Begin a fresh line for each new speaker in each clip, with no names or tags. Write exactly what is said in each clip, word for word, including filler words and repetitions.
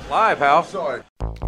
Live, pal. Sorry.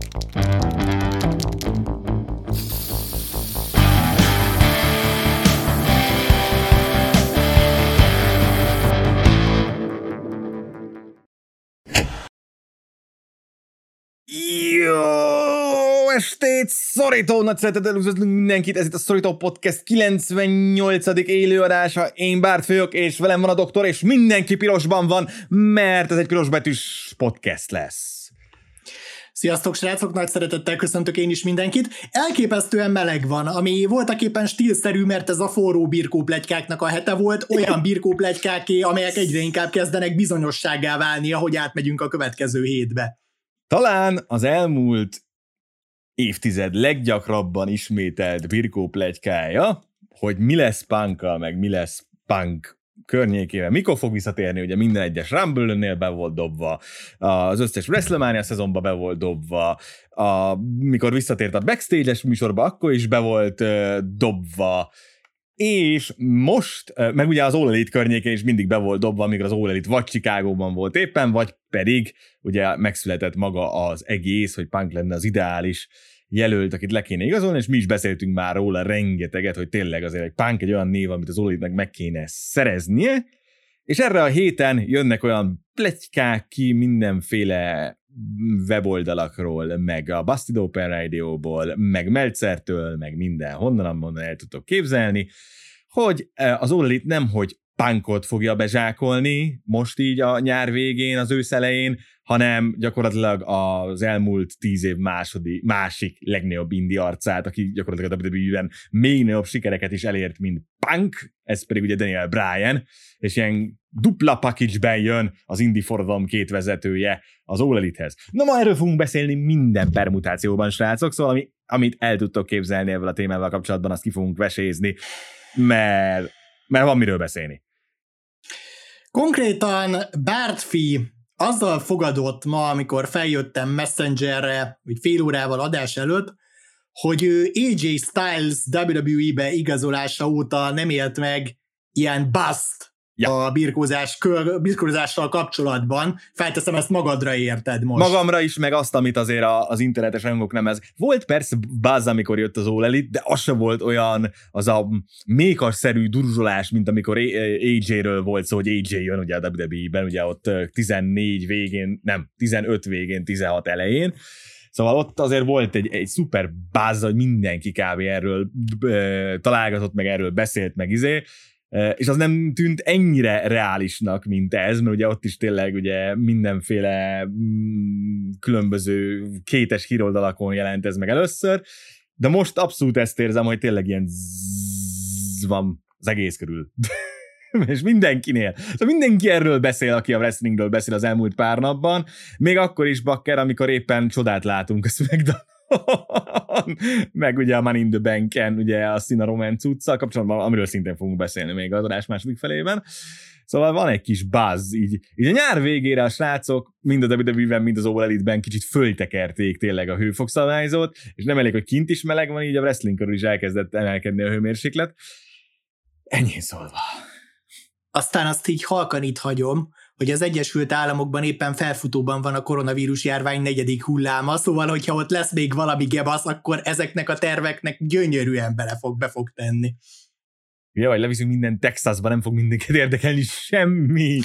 Jó estét! Szorító! Nagy szeretettel üdvözlünk mindenkit, ez itt a Szorító Podcast kilencvennyolcadik élőadása. Én Bárt vagyok, és velem van a doktor, és mindenki pirosban van, mert ez egy pirosbetűs podcast lesz.
Sziasztok, srácok! Nagy szeretettel köszöntök én is mindenkit. Elképesztően meleg van, ami voltaképpen stílszerű, mert ez a forró birkópletykáknak a hete volt, olyan birkópletykáké, amelyek egyre inkább kezdenek bizonyossággá válni, ahogy átmegyünk a következő hétbe.
Talán az elmúlt évtized leggyakrabban ismételt birkópletykája, hogy mi lesz punkkal, meg mi lesz punk környékében, mikor fog visszatérni, ugye minden egyes Rumble-nél be volt dobva, az összes WrestleMania szezonban be volt dobva, a, mikor visszatért a backstage-es műsorba, akkor is be volt uh, dobva, és most, meg ugye az All Elite környékén is mindig be volt dobva, amikor az All Elite vagy Chicagóban volt éppen, vagy pedig ugye megszületett maga az egész, hogy Punk lenne az ideális jelölt, akit le kéne igazolni, és mi is beszéltünk már róla rengeteget, hogy tényleg azért egy Punk egy olyan név, amit az All Elite-nek meg kéne szereznie, és erre a héten jönnek olyan pletykák ki mindenféle weboldalakról, meg a Busted Open Radio-ból, meg Meltzertől, meg minden honnan, ammonnan el tudtok képzelni, hogy az All Elite nem, hogy Punkot fogja bezsákolni most így a nyár végén, az ősz elején, hanem gyakorlatilag az elmúlt tíz év második, másik legnagyobb indie arcát, aki gyakorlatilag a dupla vé dupla é-ben még nagyobb sikereket is elért, mint Punk, ez pedig ugye Daniel Bryan, és ilyen dupla package-ben jön az indie forradalom két vezetője az All Elite-hez. Na ma erről fogunk beszélni minden permutációban, srácok, szóval ami, amit el tudtok képzelni ezzel a témával kapcsolatban, azt ki fogunk vesézni, mert, mert van miről beszélni.
Konkrétan Bártfi azzal fogadott ma, amikor feljöttem Messengerre, úgy fél órával adás előtt, hogy ő á jé Styles dupla vé dupla é-be igazolása óta nem élt meg ilyen bust ja. a birkózás, kör, birkózással kapcsolatban. Felteszem, ezt magadra érted most.
Magamra is, meg azt, amit azért az internetes rajongók nem ez. Volt persze buzz, amikor jött az All Elite, de az sem volt olyan az a mékasszerű durzsolás, mint amikor á jé-ről volt szó, hogy á jé jön ugye a dupla vé dupla é-ben, ugye ott tizennégy végén, nem, tizenöt végén, tizenhat elején. Szóval ott azért volt egy, egy szuper buzz, hogy mindenki kb. Erről e, találgatott, meg erről beszélt, meg izé, e, és az nem tűnt ennyire reálisnak, mint ez, mert ugye ott is tényleg ugye mindenféle mm, különböző kétes híroldalakon jelent ez meg először, de most abszolút ezt érzem, hogy tényleg ilyen zzz van az egész körül. És mindenkinél. Szóval mindenki erről beszél, aki a wrestlingről beszél az elmúlt pár napban, még akkor is, bakker, amikor éppen csodát látunk a SmackDown-on, meg ugye a Money in the Bank-en, ugye a Cena Roman cuccal kapcsolatban, amiről szintén fogunk beszélni még az adás második felében. Szóval van egy kis buzz, így, így a nyár végére a srácok, mind a dupla vé dupla é-ben, mind az All Elite-ben kicsit föltekerték tényleg a hőfok-szabályzót, és nem elég, hogy kint is meleg van, így a wrestling körül is elkezdett emelkedni a hőmérséklet. Ennyi szólva.
Aztán azt így halkan itt hagyom, hogy az Egyesült Államokban éppen felfutóban van a koronavírus járvány negyedik hulláma, szóval, hogyha ott lesz még valami gebasz, akkor ezeknek a terveknek gyönyörűen bele fog, be fog tenni.
Jaj, leviszünk minden Texasba, nem fog mindenkit érdekelni semmi.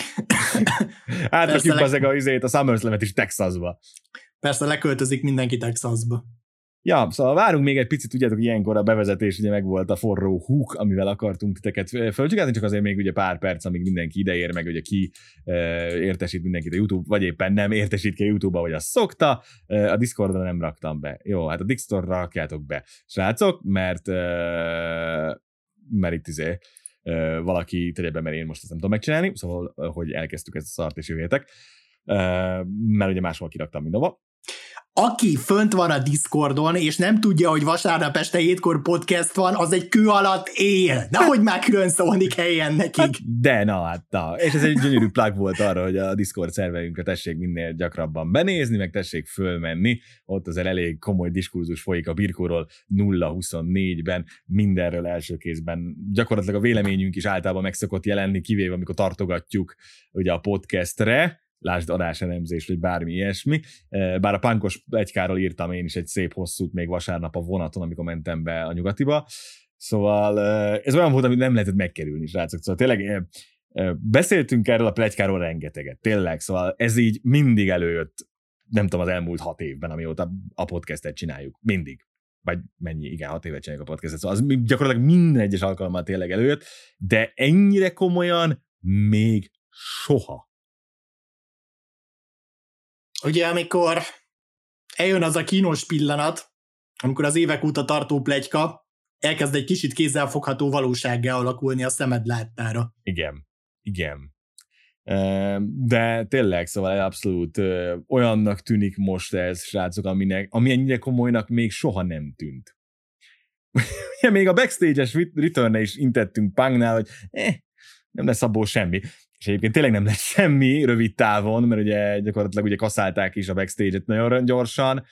Átrakjuk ezek a izét, a SummerSlam-et is Texasba.
Persze leköltözik mindenki Texasba.
Ja, szóval várunk még egy picit, tudjátok, ilyenkor a bevezetés, ugye meg volt a forró húk, amivel akartunk titeket fölcsigázni, csak azért még ugye pár perc, amíg mindenki ideér, meg ugye ki e, értesít mindenkit a YouTube, vagy éppen nem értesít ki a YouTube-ba, vagy azt szokta. E, a Discordra nem raktam be. Jó, hát a Discordra rakjátok be, srácok, mert e, mert itt izé, e, valaki tegye be, mert én most ezt nem tudom megcsinálni, szóval, hogy elkezdtük ezt a szart, és jöjjetek, e, mert ugye máshol kiraktam mindenhova.
Aki fönt van a Discordon, és nem tudja, hogy vasárnap este hétkor podcast van, az egy kő alatt él. Nehogy már külön szólni kelljen nekik.
Hát, de, na, hát, na. És ez egy gyönyörű plug volt arra, hogy a Discord szerverünkre tessék minél gyakrabban benézni, meg tessék fölmenni. Ott azért elég komoly diskurzus folyik a birkóról nulla huszonnégyben, mindenről első kézben. Gyakorlatilag a véleményünk is általában meg szokott jelenni, kivéve amikor tartogatjuk ugye a podcastre, lásd adáselemzés, vagy bármi ilyesmi. Bár a Punkos pletykáról írtam én is egy szép hosszút még vasárnap a vonaton, amikor mentem be a Nyugatiba. Szóval ez olyan volt, amit nem lehetett megkerülni, srácok. Szóval tényleg beszéltünk erről a pletykáról rengeteget, tényleg. Szóval ez így mindig előjött, nem tudom, az elmúlt hat évben, amióta a podcastet csináljuk. Mindig. Vagy mennyi, igen, hat évet csináljuk a podcastet. Szóval az gyakorlatilag minden egyes alkalommal tényleg előjött, de ennyire komolyan még soha.
Ugye, amikor eljön az a kínos pillanat, amikor az évek óta tartó pletyka elkezd egy kicsit kézzelfogható valósággá alakulni a szemed láttára.
Igen, igen. De tényleg, szóval abszolút olyannak tűnik most ez, srácok, aminek, ami ennyire komolynak még soha nem tűnt. Ugye még a backstage-es return-ne is intettünk Punknál, hogy eh, nem lesz abból semmi. És egyébként tényleg nem lesz semmi rövid távon, mert ugye gyakorlatilag ugye kaszálták is a backstage-et nagyon gyorsan.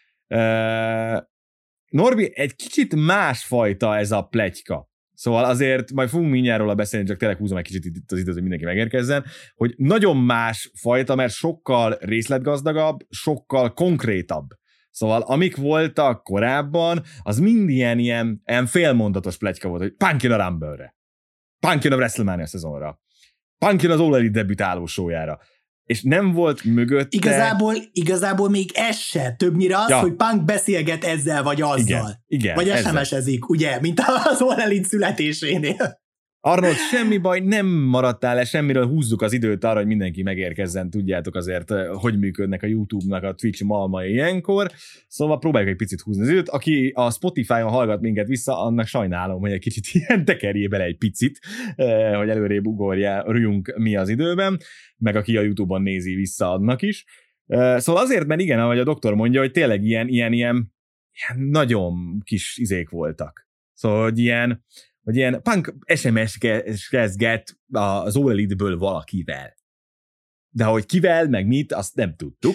Uh, Norbi, egy kicsit másfajta ez a pletyka. Szóval azért majd fogunk mindjárt róla beszélni, csak tényleg húzom egy kicsit itt az időt, hogy mindenki megérkezzen, hogy nagyon más fajta, mert sokkal részletgazdagabb, sokkal konkrétabb. Szóval amik voltak korábban, az mind ilyen, ilyen, ilyen félmondatos pletyka volt, hogy Punk jön a Rumble-re, Punk jön a WrestleMania szezonra, Punk jön az All Elite debütáló showjára. És nem volt mögötte...
Igazából, igazából még ez se. Többnyire az, ja. hogy Punk beszélget ezzel vagy azzal.
Igen, igen,
vagy es em es-ezik, ugye, mint az All Elite születésénél.
Arnold, semmi baj, nem maradtál le semmiről, húzzuk az időt arra, hogy mindenki megérkezzen, tudjátok azért, hogy működnek a YouTube-nak a Twitch malmai ilyenkor, szóval próbáljuk egy picit húzni az időt. Aki a Spotify-on hallgat minket vissza, annak sajnálom, hogy egy kicsit ilyen tekerjé bele egy picit, hogy előrébb ugorjunk mi az időben, meg aki a YouTube-on nézi vissza, annak is. Szóval azért, mert igen, ahogy a doktor mondja, hogy tényleg ilyen, ilyen, ilyen, ilyen nagyon kis izék voltak. Szóval, hogy ilyen hogy ilyen Punk es em es-kezget az All Elite-ből valakivel. De hogy kivel, meg mit, azt nem tudtuk.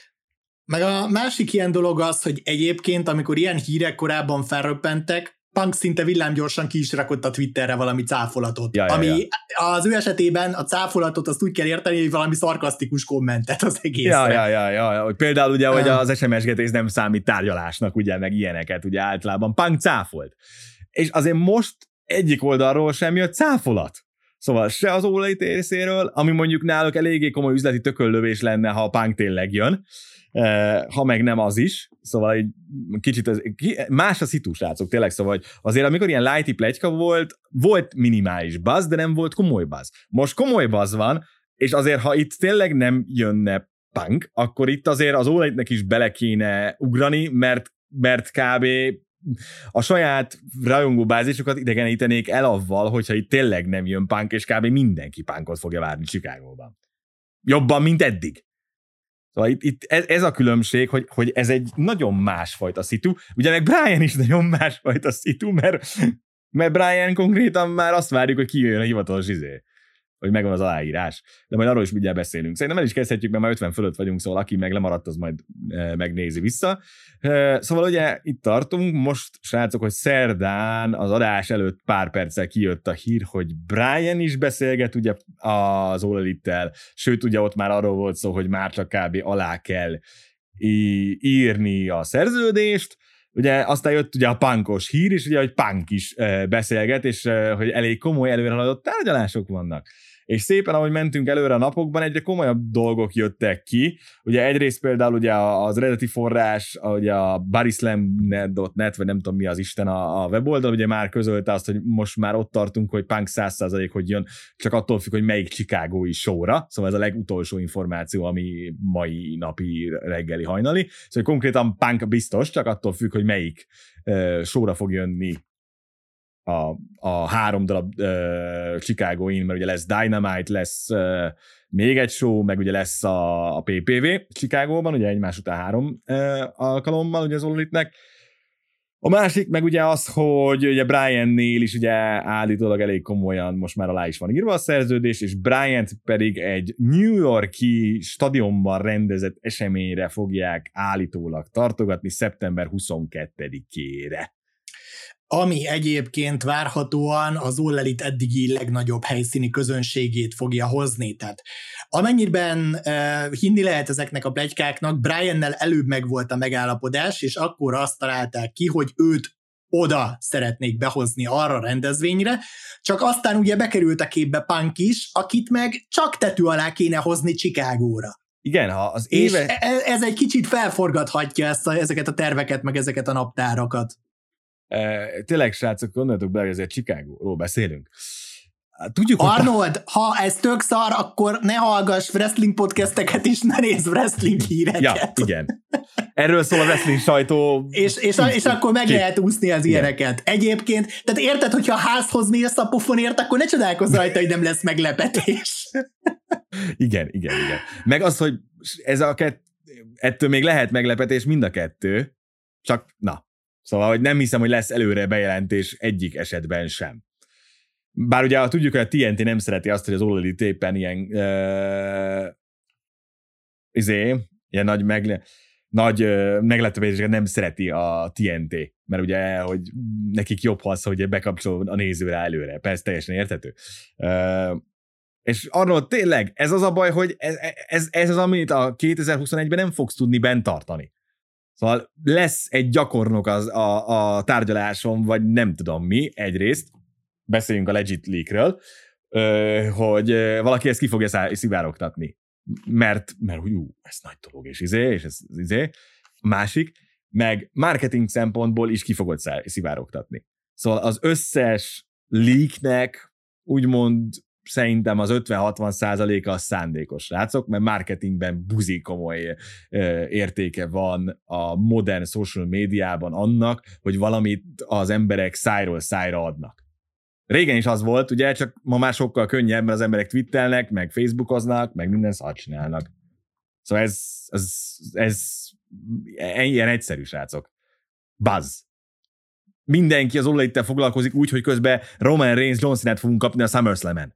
Meg a másik ilyen dolog az, hogy egyébként, amikor ilyen hírek korábban felröppentek, Punk szinte villámgyorsan ki is rakott a Twitterre valami cáfolatot. Ja, ja, ami ja. Az ő esetében a cáfolatot azt úgy kell érteni, hogy valami szarkasztikus kommentet az egészre.
Ja, ja, ja, ja. Hogy például ugye, hogy az es em es-getés nem számít tárgyalásnak, ugye, meg ilyeneket, ugye általában Punk cáfolt. És azért most egyik oldalról sem jött cáfolat. Szóval se az All Elite részéről, ami mondjuk náluk eléggé komoly üzleti tököllövés lenne, ha a Punk tényleg jön, ha meg nem az is. Szóval egy kicsit az, más a szitu, srácok, tényleg, szóval hogy azért amikor ilyen lighty pletyka volt, volt minimális buzz, de nem volt komoly buzz. Most komoly buzz van, és azért, ha itt tényleg nem jönne Punk, akkor itt azért az All Elite-nek is bele kéne ugrani, mert, mert kb. A saját rajongóbázisokat idegenítenék el avval, hogyha itt tényleg nem jön Punk, és kb. Mindenki Punkot fogja várni Chicagóban. Jobban, mint eddig. Szóval itt, itt ez, ez a különbség, hogy, hogy ez egy nagyon másfajta szitu. Ugye meg Brian is nagyon másfajta szitu, mert, mert Brian konkrétan már azt várjuk, hogy kijöjjön a hivatalos izé, hogy megvan az aláírás. De majd arról is mindjárt beszélünk. Szerintem el is kezdhetjük, mert már ötven fölött vagyunk, szóval aki meg lemaradt, az majd e, megnézi vissza. E, szóval ugye itt tartunk, most srácok, hogy szerdán az adás előtt pár perccel kijött a hír, hogy Brian is beszélget ugye az All Elite-tel, sőt ugye ott már arról volt szó, hogy már csak kb. Alá kell írni a szerződést. Ugye aztán jött ugye a Punkos hír is, ugye, hogy Punk is e, beszélget, és e, hogy elég komoly előrehaladott tárgyalások vannak. És szépen, ahogy mentünk előre a napokban, egyre komolyabb dolgok jöttek ki. Ugye egyrészt például ugye az eredeti forrás, ugye a barryslam dot net, vagy nem tudom mi az Isten a, a weboldal, ugye már közölte azt, hogy most már ott tartunk, hogy Punk száz százalék, hogy jön, csak attól függ, hogy melyik chicagói showra. Szóval ez a legutolsó információ, ami mai napi reggeli hajnali. Szóval konkrétan Punk biztos, csak attól függ, hogy melyik uh, showra fog jönni A, a három darab uh, Chicago-in, mert ugye lesz Dynamite, lesz uh, még egy show, meg ugye lesz a, a pé pé vé Chicagóban, ugye egymás után három uh, alkalommal, ugye az All Elite-nek. A másik meg ugye az, hogy ugye Brian-nél is ugye állítólag elég komolyan most már alá is van írva a szerződés, és Bryant pedig egy New York-i stadionban rendezett eseményre fogják állítólag tartogatni szeptember huszonkettedikére.
ami egyébként várhatóan az All Elite eddigi legnagyobb helyszíni közönségét fogja hozni. Tehát amennyiben uh, hinni lehet ezeknek a pletykáknak, Briannel előbb megvolt a megállapodás, és akkor azt találták ki, hogy őt oda szeretnék behozni arra a rendezvényre, csak aztán ugye bekerült a képbe Punk is, akit meg csak tető alá kéne hozni Chicagóra.
Igen, ha az
éve... És ez egy kicsit felforgathatja ezt a, ezeket a terveket, meg ezeket a naptárakat.
E, tényleg, srácok, gondoljatok bele, hogy ezért Chicagóról beszélünk. Tudjuk,
Arnold, hogy... ha ez tök szar, akkor ne hallgass wrestling podcasteket is, ne nézz wrestling híreket.
Ja, igen. Erről szól a wrestling sajtó.
és, és, és akkor meg lehet úszni az ilyeneket. Egyébként, tehát érted, hogyha házhoz mész a pofonért, akkor ne csodálkozz rajta, hogy nem lesz meglepetés.
igen, igen, igen. Meg az, hogy ez a kett, ettől még lehet meglepetés mind a kettő, csak na. Szóval, hogy nem hiszem, hogy lesz előre bejelentés egyik esetben sem. Bár ugye tudjuk, hogy a té en té nem szereti azt, hogy az All Elite éppen ilyen uh, izé, ilyen nagy, megle, nagy uh, meglepetéseket nem szereti a té en té, mert ugye, hogy nekik jobb az, hogy bekapcsol a nézőre előre. Persze teljesen érthető. Uh, és arról tényleg, ez az a baj, hogy ez, ez, ez az, amit a kétezer-huszonegyben nem fogsz tudni bent tartani. Szóval lesz egy gyakornok az a, a tárgyaláson, vagy nem tudom mi, egyrészt, beszéljünk a legit leakről, hogy valaki ezt ki fogja szivárogtatni. Mert, mert jú, ez nagy dolog, és izé, és ez izé. Másik, meg marketing szempontból is ki fogod szivárogtatni. Szóval az összes leaknek úgymond szerintem az ötven-hatvan százaléka az szándékos, srácok, mert marketingben buzi komoly ö, értéke van a modern social médiában annak, hogy valamit az emberek szájról szájra adnak. Régen is az volt, ugye, csak ma már sokkal könnyebb, mert az emberek twittelnek, meg facebookoznak, meg minden szart csinálnak. Szóval ez, ez, ez ilyen egyszerű, srácok. Buzz. Mindenki az All Elite-tel foglalkozik úgy, hogy közben Roman Reigns, John Cena-t fogunk kapni a SummerSlam-en.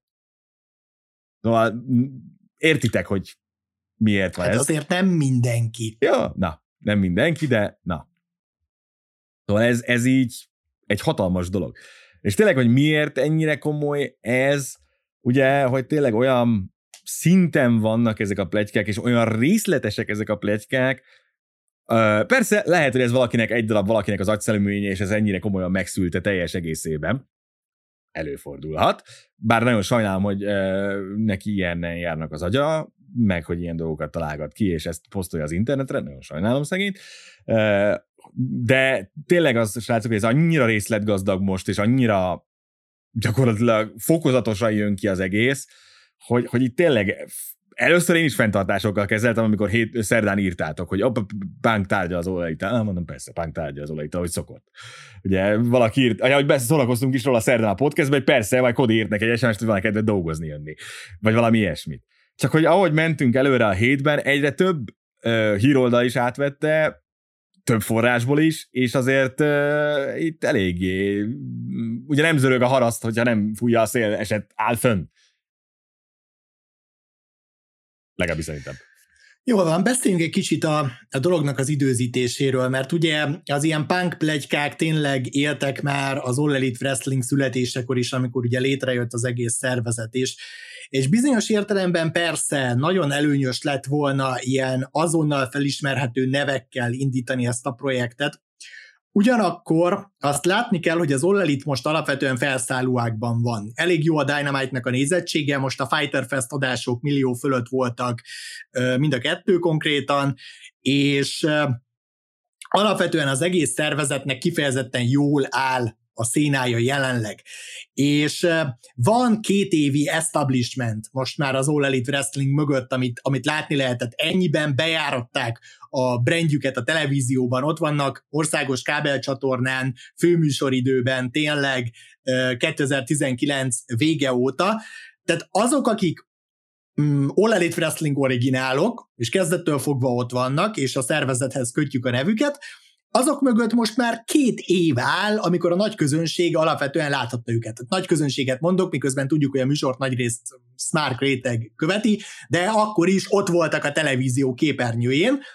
Szóval értitek, hogy miért van
hát
ez.
Azért nem mindenki.
Jó, na, nem mindenki, de na. Szóval ez, ez így egy hatalmas dolog. És tényleg, hogy miért ennyire komoly ez, ugye, hogy tényleg olyan szinten vannak ezek a pletykák, és olyan részletesek ezek a pletykák. Persze lehet, hogy ez valakinek egy darab, valakinek az agyszelleműnye, és ez ennyire komolyan megszülte teljes egészében. Előfordulhat. Bár nagyon sajnálom, hogy neki ilyennel járnak az agya, meg hogy ilyen dolgokat találgat ki, és ezt posztolja az internetre, nagyon sajnálom szegényt. De tényleg az, srácok, hogy ez annyira részletgazdag most, és annyira gyakorlatilag fokozatosan jön ki az egész, hogy, hogy itt tényleg először én is fenntartásokkal kezeltem, amikor hét, szerdán írtátok, hogy opa, Punk tárgya az All Elite. Ah, mondom, persze, Punk tárgya az All Elite, ahogy szokott. Ugye valaki írt, ahogy persze szórakoztunk is róla szerdán a podcastben, hogy persze, vagy Cody írt neki egy es em es-t, hogy van kedve dolgozni jönni. Vagy valami ilyesmit. Csak hogy ahogy mentünk előre a hétben, egyre több uh, híroldal is átvette, több forrásból is, és azért uh, itt eléggé, ugye nem zörög a haraszt, hogyha nem fújja a szél, eset áll fönn. Legalábbis szerintem.
Jól van, beszéljünk egy kicsit a, a dolognak az időzítéséről, mert ugye az ilyen punk pletykák tényleg éltek már az All Elite Wrestling születésekor is, amikor ugye létrejött az egész szervezet is. És bizonyos értelemben persze nagyon előnyös lett volna ilyen azonnal felismerhető nevekkel indítani ezt a projektet. Ugyanakkor azt látni kell, hogy az All Elite most alapvetően felszállóákban van. Elég jó a Dynamite-nak a nézettsége, most a Fighter Fest adások millió fölött voltak mind a kettő konkrétan, és alapvetően az egész szervezetnek kifejezetten jól áll a szénája jelenleg. És van két évi establishment most már az All Elite Wrestling mögött, amit, amit látni lehetett. Ennyiben bejáratták a brandjüket a televízióban, ott vannak országos kábelcsatornán, főműsoridőben, tényleg kétezer-tizenkilenc vége óta. Tehát azok, akik mm, All Elite Wrestling originálok, és kezdettől fogva ott vannak, és a szervezethez kötjük a nevüket, azok mögött most már két év áll, amikor a nagy közönség alapvetően láthatta őket. A nagy közönséget mondok, miközben tudjuk, hogy a műsort nagyrészt smart réteg követi, de akkor is ott voltak a televízió képernyőjén,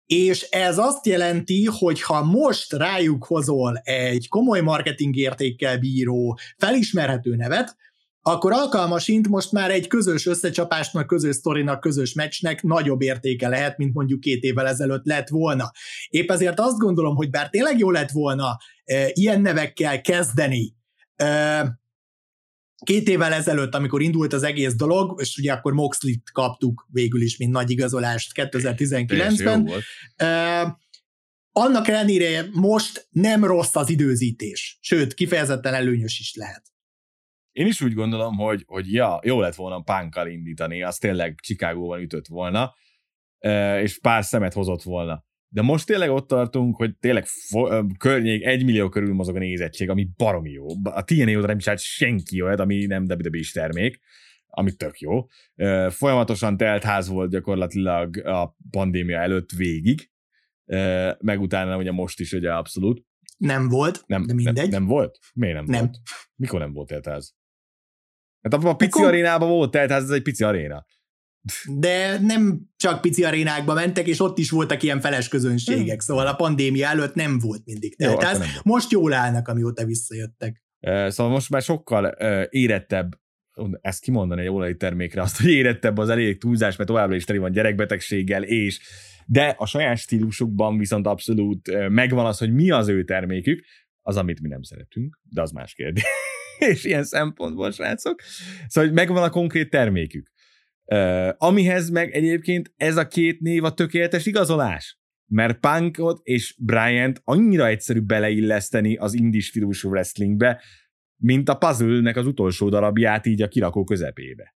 és ez azt jelenti, hogy ha most rájuk hozol egy komoly marketing értékkel bíró, felismerhető nevet, akkor alkalmasint most már egy közös összecsapásnak, közös sztorinak, közös meccsnek nagyobb értéke lehet, mint mondjuk két évvel ezelőtt lett volna. Épp ezért azt gondolom, hogy bár tényleg jó lett volna e, ilyen nevekkel kezdeni, e, két évvel ezelőtt, amikor indult az egész dolog, és ugye akkor Moxley-t kaptuk végül is, mint nagy igazolást kétezer-tizenkilencben, e, annak ellenére most nem rossz az időzítés, sőt, kifejezetten előnyös is lehet.
Én is úgy gondolom, hogy, hogy ja, jó lett volna Punkkal indítani, az tényleg Chicagóban ütött volna, és pár szemet hozott volna. De most tényleg ott tartunk, hogy tényleg fo- környék egy millió körül mozog a nézettség, ami baromi jó. A té en á oldalra nem csinált senki olyat, ami nem dupla vé dupla é-s termék, ami tök jó. Folyamatosan telt ház volt gyakorlatilag a pandémia előtt végig, meg utána ugye most is ugye abszolút.
Nem volt, nem, de mindegy.
Nem, nem volt? Miért nem,
nem
volt? Mikor nem volt teltház? Hát abban a pici
Mikor?
arénában volt teltház, ez egy pici aréna.
De nem csak pici arénákba mentek, és ott is voltak ilyen feles közönségek, hmm. szóval a pandémia előtt nem volt mindig teltház. Jó, most jól állnak, amióta visszajöttek.
Uh, szóval most már sokkal uh, érettebb, ezt kimondani egy olaj termékre, azt, hogy érettebb az elég túlzás, mert továbbra is teli van gyerekbetegséggel, és de a saját stílusukban viszont abszolút uh, megvan az, hogy mi az ő termékük, az, amit mi nem szeretünk, de az más kérdés. És ilyen szempontból, srácok. Szóval, hogy megvan a konkrét termékük. Uh, amihez meg egyébként ez a két név a tökéletes igazolás. Mert Punkot és Bryant annyira egyszerű beleilleszteni az indie stílusú wrestlingbe, mint a puzzle-nek az utolsó darabját így a kirakó közepébe.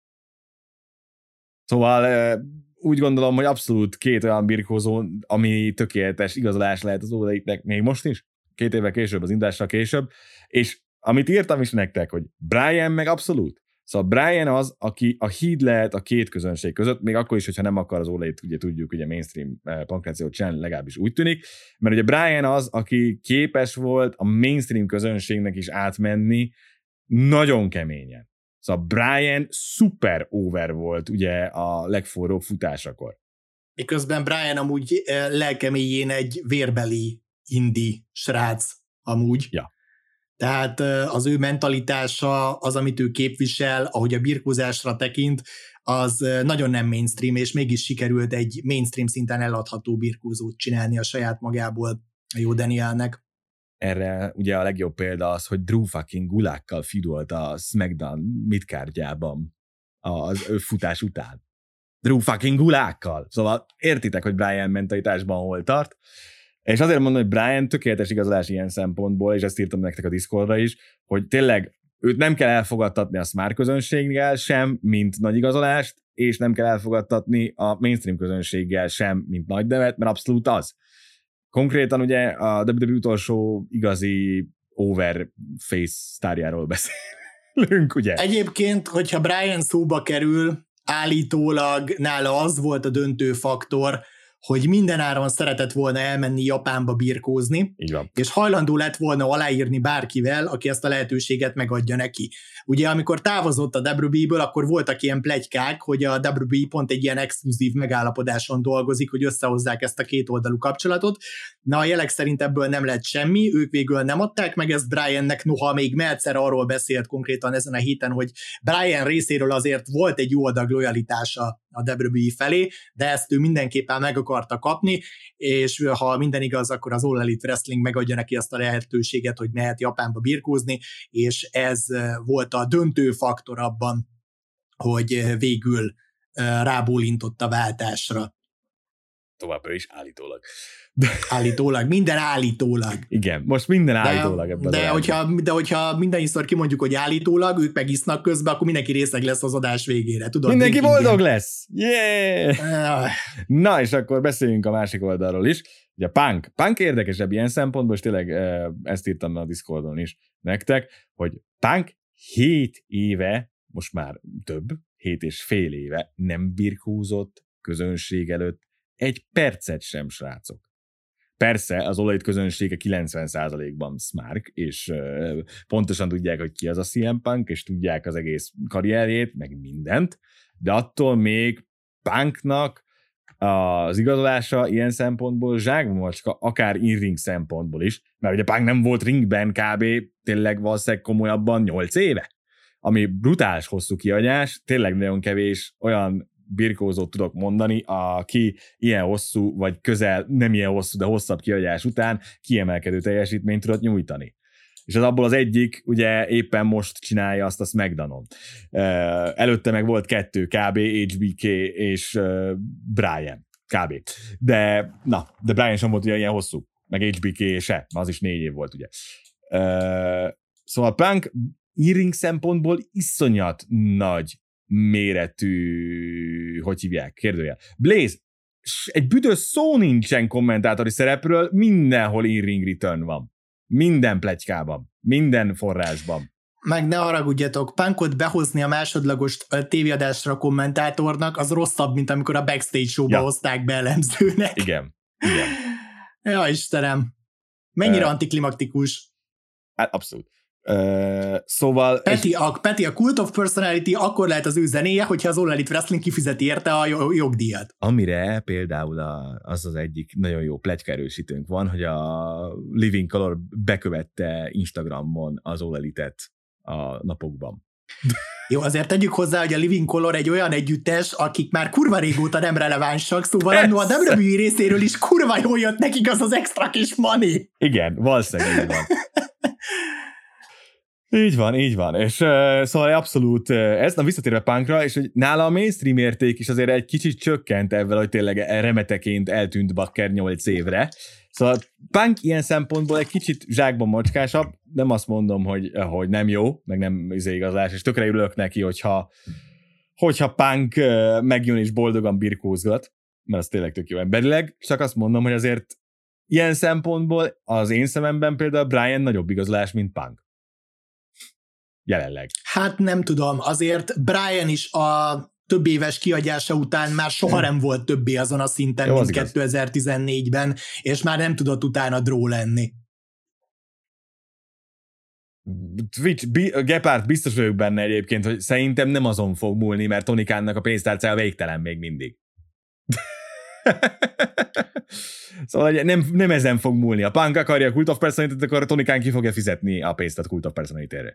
Szóval uh, úgy gondolom, hogy abszolút két olyan birkózó, ami tökéletes igazolás lehet az ódaiknek még most is, két évvel később, az indásra később, és amit írtam is nektek, hogy Brian meg abszolút. Szóval Brian az, aki a híd lehet a két közönség között, még akkor is, hogyha nem akar az ólait, ugye tudjuk, ugye mainstream pankrációt csinálni, legalábbis úgy tűnik, mert ugye Brian az, aki képes volt a mainstream közönségnek is átmenni nagyon keményen. Szóval Brian szuper over volt ugye a legforróbb futásakor.
Miközben Brian amúgy lelkeméjén egy vérbeli indi srác amúgy.
Ja.
Tehát az ő mentalitása, az, amit ő képvisel, ahogy a birkózásra tekint, az nagyon nem mainstream, és mégis sikerült egy mainstream szinten eladható birkózót csinálni a saját magából a jó Danielnek.
Erre ugye a legjobb példa az, hogy Drew fucking Gulákkal fidolt a SmackDown midcardjában az ő futás után. Drew fucking Gulákkal. Szóval értitek, hogy Brian mentalitásban hol tart. És azért mondom, hogy Brian tökéletes igazolás ilyen szempontból, és ezt írtam nektek a Discordra is, hogy tényleg őt nem kell elfogadtatni a smart közönséggel sem, mint nagy igazolást, és nem kell elfogadtatni a mainstream közönséggel sem, mint nagy nevet, mert abszolút az. Konkrétan ugye a dupla vé dupla é utolsó igazi overface sztárjáról beszélünk, ugye?
Egyébként, hogyha Brian szóba kerül, állítólag nála az volt a döntő faktor, hogy mindenáron szeretett volna elmenni Japánba birkózni, és hajlandó lett volna aláírni bárkivel, aki ezt a lehetőséget megadja neki. Ugye amikor távozott a dupla vé dupla é-ből, akkor voltak ilyen pletykák, hogy a dupla vé dupla é pont egy ilyen exkluzív megállapodáson dolgozik, hogy összehozzák ezt a két oldalú kapcsolatot. Na, a jelek szerint ebből nem lett semmi, ők végül nem adták meg ezt Briannek, noha még Meltzer arról beszélt konkrétan ezen a héten, hogy Brian részéről azért volt egy jó adag lojalitása a dupla vé dupla é felé, de ezt ő mindenképpen meg akarta kapni, és ha minden igaz, akkor az All Elite Wrestling megadja neki azt a lehetőséget, hogy mehet Japánba birkózni, és ez volt a döntő faktor abban, hogy végül rábólintott a váltásra.
Továbbra is állítólag.
Állítólag, minden állítólag.
Igen, most minden állítólag
de,
ebben
de, hogyha, de hogyha mindannyiszor kimondjuk, hogy állítólag, ők meg isznak közben, akkor mindenki részeg lesz az adás végére. Tudod,
mindenki boldog igen. lesz! Yeah! Na, és akkor beszéljünk a másik oldalról is. Ugye Punk. Punk érdekesebb ilyen szempontból, és tényleg ezt írtam a Discordon is nektek, hogy Punk hét éve, most már több, hét és fél éve nem birkózott közönség előtt egy percet sem, srácok. Persze, az olajt közönsége kilencven százalékban smart, és uh, pontosan tudják, hogy ki az a cé em Punk, és tudják az egész karrierjét, meg mindent, de attól még Punknak az igazolása ilyen szempontból zsákmacska, akár in-ring szempontból is, mert ugye Punk nem volt ringben kb. Tényleg valószínűleg komolyabban nyolc éve, ami brutális hosszú kiadás, tényleg nagyon kevés olyan birkózót tudok mondani, aki ilyen hosszú, vagy közel nem ilyen hosszú, de hosszabb kiadás után kiemelkedő teljesítményt tudott nyújtani. És az abból az egyik, ugye éppen most csinálja azt a SmackDownon. Előtte meg volt kettő kb. há bé ká és Brian kb. De, na, de Brian sem volt ugye ilyen hosszú, meg há bé ká se, az is négy év volt ugye. Szóval Punk in-ring szempontból iszonyat nagy méretű, hogy hívják, kérdőjel. Blaze, egy büdös szó nincsen kommentátori szerepről, mindenhol in-ring return van. Minden pletykában, minden forrásban.
Meg ne haragudjatok, Punkot behozni a másodlagos tévéadásra a kommentátornak, az rosszabb, mint amikor a backstage showba ja. hozták be elemzőnek.
Igen, igen.
Ja, Istenem. Mennyire uh, antiklimaktikus.
Hát abszolút. Uh, szóval...
Peti, és... a, Peti, a Cult of Personality akkor lehet az ő zenéje, hogyha az All Elite Wrestling kifizeti érte a jogdíjat.
Amire például a, az az egyik nagyon jó pletykaerősítőnk van, hogy a Living Color bekövette Instagramon az All Elite-et a napokban.
Jó, azért tegyük hozzá, hogy a Living Color egy olyan együttes, akik már kurva régóta nem relevánsak, szóval annó a dupla vé dupla vé részéről is kurva jól jött nekik az az extra kis money.
Igen, valószínűleg van. Így van, így van, és uh, szóval abszolút uh, ez, na visszatérve Punkra, és hogy nála a mainstream érték is azért egy kicsit csökkent ebben, hogy tényleg remeteként eltűnt Bakker nyolc évre. Szóval Punk ilyen szempontból egy kicsit zsákban macskásabb, nem azt mondom, hogy, hogy nem jó, meg nem izé igazás, és tökre ülök neki, hogyha, hogyha Punk uh, megjön és boldogan birkózgat, mert az tényleg tök jó emberileg, csak azt mondom, hogy azért ilyen szempontból az én szememben például Brian nagyobb igazolás, mint Punk. Jelenleg.
Hát nem tudom, azért Brian is a több éves kiadása után már soha nem volt többé azon a szinten, jó, mint kétezer-tizennégyben, és már nem tudott utána draw lenni.
Twitch, B- Gepard biztos vagyok benne egyébként, hogy szerintem nem azon fog múlni, mert Tony Khannak a pénztárcája végtelen még mindig. Szóval nem, nem ezen fog múlni. A Punk akarja a Cult of Personality-t, akkor Tony Khan ki fogja fizetni a pénzt a Cult of Personality-re.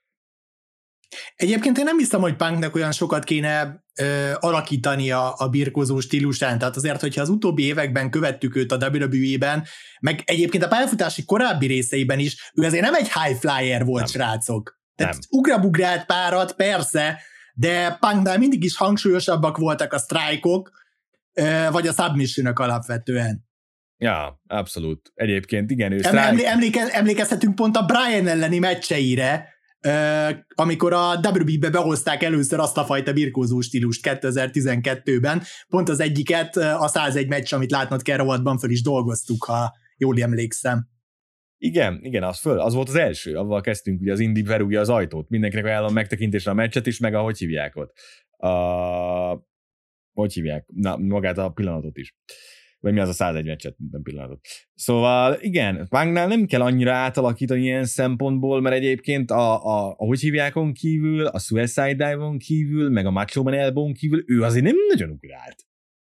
Egyébként én nem hiszem, hogy Punknak olyan sokat kéne ö, alakítani a, a birkózó stílusán, tehát azért, hogyha az utóbbi években követtük őt a dupla vé dupla vé-ben, meg egyébként a pályafutási korábbi részeiben is, ő azért nem egy high flyer volt, nem. Srácok. Tehát nem. Ugrabugrált párat, persze, de Punknál mindig is hangsúlyosabbak voltak a sztrájkok, ö, vagy a submissionok alapvetően.
Ja, abszolút. Egyébként igen, ő
sztrájk... Emléke, emlékezhetünk pont a Brian elleni meccseire, Uh, amikor a dupla vé dupla vé-be behozták először azt a fajta birkózó stílust kétezer-tizenkettőben, pont az egyiket, a százegy meccs, amit látnod kell rovatban, föl is dolgoztuk, ha jól emlékszem.
Igen, igen, az föl, az volt az első, avval kezdtünk, ugye az Indi verúgja az ajtót, mindenkinek ajánlom megtekintésre a meccset is, meg ahogy hívják ott. A... Hogy hívják? Na, magát a pillanatot is. Vagy mi az a százegy meccset, nem pillanatot. Szóval igen, Punknál nem kell annyira átalakítani ilyen szempontból, mert egyébként a, a, ahogy hívjákon kívül, a Suicide Dive-on kívül, meg a Macho Man Elbow-on kívül, ő azért nem nagyon ugrált.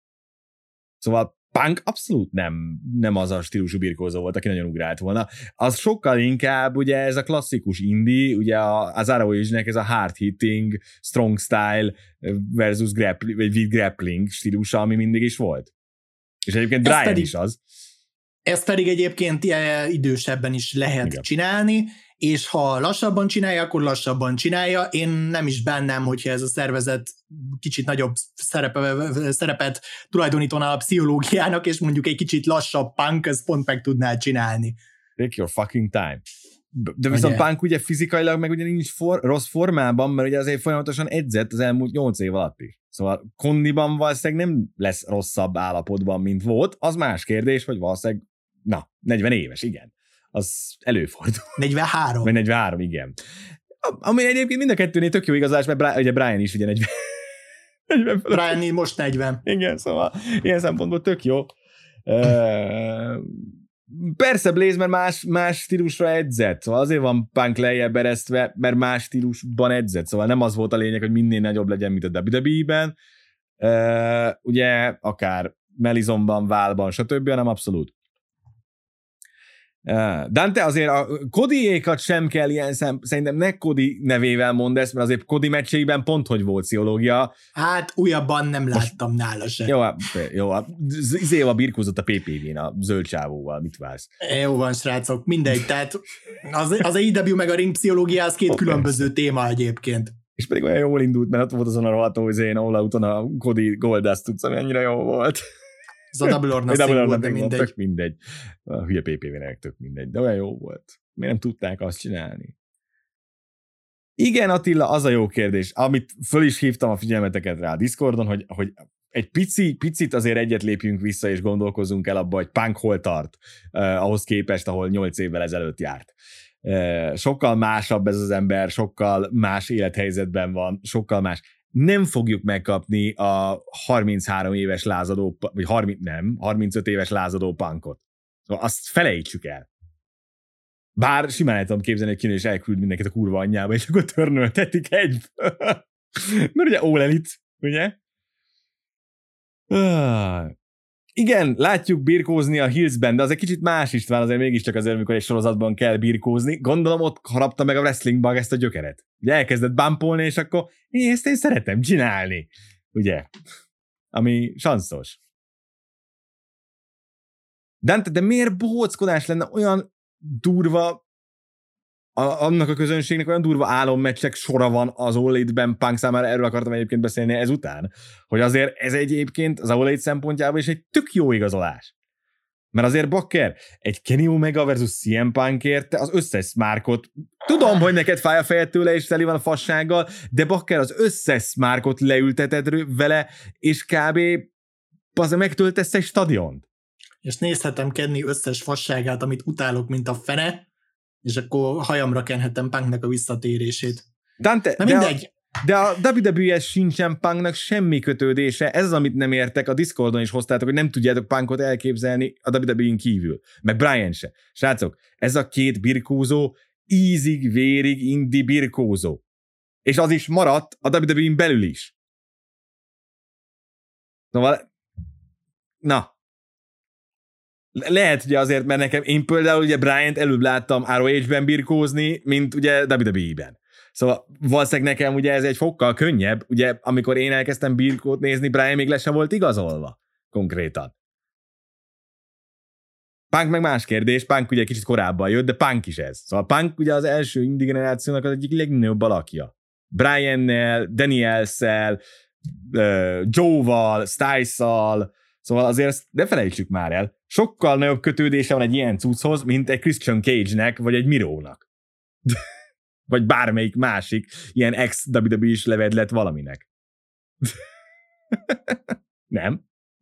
Szóval Punk abszolút nem, nem az a stílusú birkózó volt, aki nagyon ugrált volna. Az sokkal inkább ugye ez a klasszikus indie, ugye az Arrowage-nek ez a hard hitting, strong style versus grappling, vagy with grappling stílusa, ami mindig is volt. És egyébként Brian pedig, is az.
Ezt pedig egyébként ilyen idősebben is lehet igen. csinálni, és ha lassabban csinálja, akkor lassabban csinálja. Én nem is bánnám, hogyha ez a szervezet kicsit nagyobb szerepe, szerepet tulajdonítana a pszichológiának, és mondjuk egy kicsit lassabb Punk, ezt pont meg tudná csinálni.
Take your fucking time. De viszont ugye? Punk ugye fizikailag meg ugye nincs for, rossz formában, mert ugye azért folyamatosan edzett az elmúlt nyolc év alatt is. Szóval kondiban valószínűleg nem lesz rosszabb állapotban, mint volt. Az más kérdés, hogy valószínűleg, na, negyven éves, igen. Az előfordul.
negyvenhárom.
Vagy negyvenhárom, igen. Ami egyébként mind a kettőnél tök jó igazás, mert Brian, ugye Brian is ugye negyven. negyven
Brian most negyven.
Igen, szóval ilyen szempontból tök jó. Uh, Persze Blaze, mert más, más stílusra edzett, szóval azért van Punk lejjebb eresztve, mert más stílusban edzett, szóval nem az volt a lényeg, hogy minél nagyobb legyen, mint a dupla vé dupla vé-ben. Uh, ugye akár melizomban, válban, stb., hanem abszolút. Dante, azért a Codyékat sem kell ilyen szem, szerintem ne Cody nevével mondd ezt, mert azért Cody meccseiben pont hogy volt pszichológia.
Hát újabban nem láttam most, nála se.
Jó, jó, Zéva birkózott a pé pé vén a zöld csávóval, mit vársz?
Jó van, srácok, mindegy, tehát az, az á i dupla vé meg a ring pszichológia az két oh, különböző persze. téma egyébként.
És pedig olyan jól indult, mert ott volt azon a roható, hogy én All Out-on a Cody Goldust tudsz, ami annyira jó volt.
Ez a Double or Nothing volt, de mindegy.
Tök mindegy. A hülye pé pé vének tök mindegy, de olyan jó volt. Miért nem tudták azt csinálni? Igen, Attila, az a jó kérdés, amit föl is hívtam a figyelmeteket rá a Discordon, hogy, hogy egy pici, picit azért egyet lépjünk vissza, és gondolkozzunk el abba, hogy Punk hol tart, eh, ahhoz képest, ahol nyolc évvel ezelőtt járt. Eh, sokkal másabb ez az ember, sokkal más élethelyzetben van, sokkal más. Nem fogjuk megkapni a harminchárom éves lázadó, vagy harminc, nem, harmincöt éves lázadó Punkot. Szóval azt felejtsük el. Bár simán el tudom képzelni, hogy kinő is elküld mindenkit a kurva anyjába, és akkor törnöltetik egy. Mert ugye All Elite, ugye? Uh, igen, látjuk birkózni a Hillsben, de az egy kicsit más István, azért mégiscsak azért, amikor egy sorozatban kell birkózni. Gondolom ott harapta meg a wrestling bug ezt a gyökeret. Ugye elkezdett bumpolni, és akkor én ezt én szeretem csinálni. Ugye? Ami sanszos. Dante, de miért bohóckodás lenne olyan durva, a, annak a közönségnek olyan durva álommeccsek sora van az All Elite-ben, Punk számára, erről akartam egyébként beszélni ezután, hogy azért ez egyébként az All Elite szempontjából is egy tök jó igazolás. Mert azért bakker, egy Kenny Omega versus cé em Punk érte az összes smárkot. Tudom, hogy neked fáj a fejed tőle, és teli van a fassággal, de bakker, az összes smárkot leülteted vele, és kb. Azért megtöltesz egy stadiont.
És nézhetem Kenny összes fasságát, amit utálok, mint a fene, és akkor hajamra kenhetem Punknak a visszatérését.
Dante,
Na mindegy.
De a, de a dupla vé dupla vé es sincsen Punknak semmi kötődése, ez az, amit nem értek, a Discordon is hoztátok, hogy nem tudjátok Punkot elképzelni a dupla vé dupla vén kívül, meg Brian se. Srácok, ez a két birkózó ízig, vérig indi birkózó. És az is maradt a dupla vé dupla vén belül is. Szóval, na, lehet ugye azért, mert nekem, én például ugye Bryant előbb láttam er o há-ben birkózni, mint ugye dupla vé dupla vé-ben. Szóval valószínűleg nekem ugye ez egy fokkal könnyebb, ugye amikor én elkezdtem birkót nézni, Brian még le sem volt igazolva konkrétan. Punk meg más kérdés, Punk ugye kicsit korábban jött, de Punk is ez. Szóval Punk ugye az első indie generációnak az egyik legnagyobb alakja. Briannel, Danielszel, Joe-val, Styles-szal, szóval azért ezt ne felejtsük már el. Sokkal nagyobb kötődése van egy ilyen cucchoz, mint egy Christian Cage-nek, vagy egy Mirónak. Vagy bármelyik másik ilyen ex-dupla vé dupla vé-s levedlet valaminek. Nem?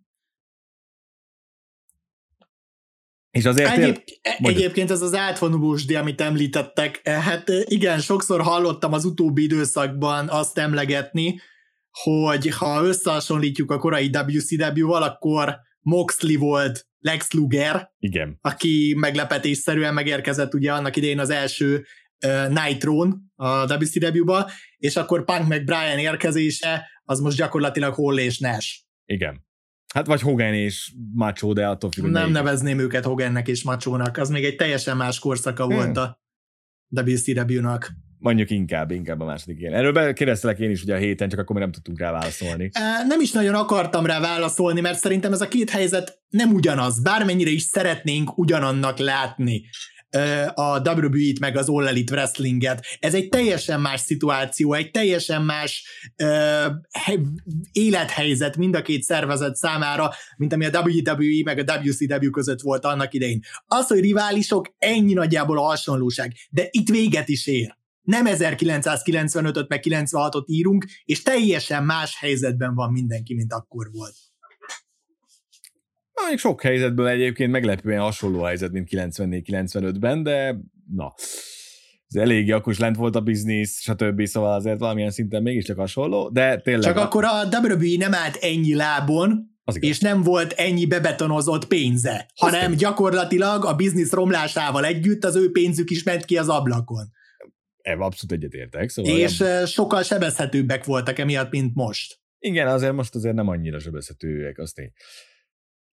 És azért...
Egyéb, egyébként ez az átvonulós di, amit említettek, hát igen, sokszor hallottam az utóbbi időszakban azt emlegetni, hogy ha összehasonlítjuk a korai dupla vé cé dupla vé-val, akkor Moxley volt Lex Luger,
igen,
aki meglepetésszerűen megérkezett ugye annak idején az első uh, Nitro-n a dupla vé cé dupla vé-ba, és akkor Punk meg Brian érkezése, az most gyakorlatilag Hall és Nash.
Igen. Hát vagy Hogan és Macho, de attól függ.
Nem nevezném őket Hogannek és Macho-nak, az még egy teljesen más korszaka hmm. volt a dupla vé cé dupla vé-nak.
Mondjuk inkább, inkább a második ilyen. Erről kérdeztelek én is ugye a héten, csak akkor még nem tudtunk rá válaszolni.
Nem is nagyon akartam rá válaszolni, mert szerintem ez a két helyzet nem ugyanaz, bármennyire is szeretnénk ugyanannak látni a dupla vé dupla vé-t meg az All Elite Wrestlinget. Ez egy teljesen más szituáció, egy teljesen más uh, élethelyzet mind a két szervezet számára, mint ami a dupla vé dupla vé meg a dupla cé dupla vé között volt annak idején. Az, hogy riválisok, ennyi nagyjából a hasonlóság, de itt véget is ér. Nem ezerkilencszázkilencvenötöt meg kilencvenhatot írunk, és teljesen más helyzetben van mindenki, mint akkor volt.
Na, még sok helyzetből egyébként meglepően hasonló helyzet, mint kilencvennégy-kilencvenötben, de na, ez eléggé akkor is lent volt a biznisz, stb. Szóval azért valamilyen szinten mégiscsak hasonló, de tényleg...
Csak a... akkor a dupla vé dupla vé nem állt ennyi lábon, és nem volt ennyi bebetonozott pénze, azt hanem én. Gyakorlatilag a biznisz romlásával együtt az ő pénzük is ment ki az ablakon.
Ebben abszolút egyetértek. Szóval
és
nem...
sokkal sebezhetőbbek voltak emiatt, mint most.
Igen, azért most azért nem annyira sebezhetőek, azt én.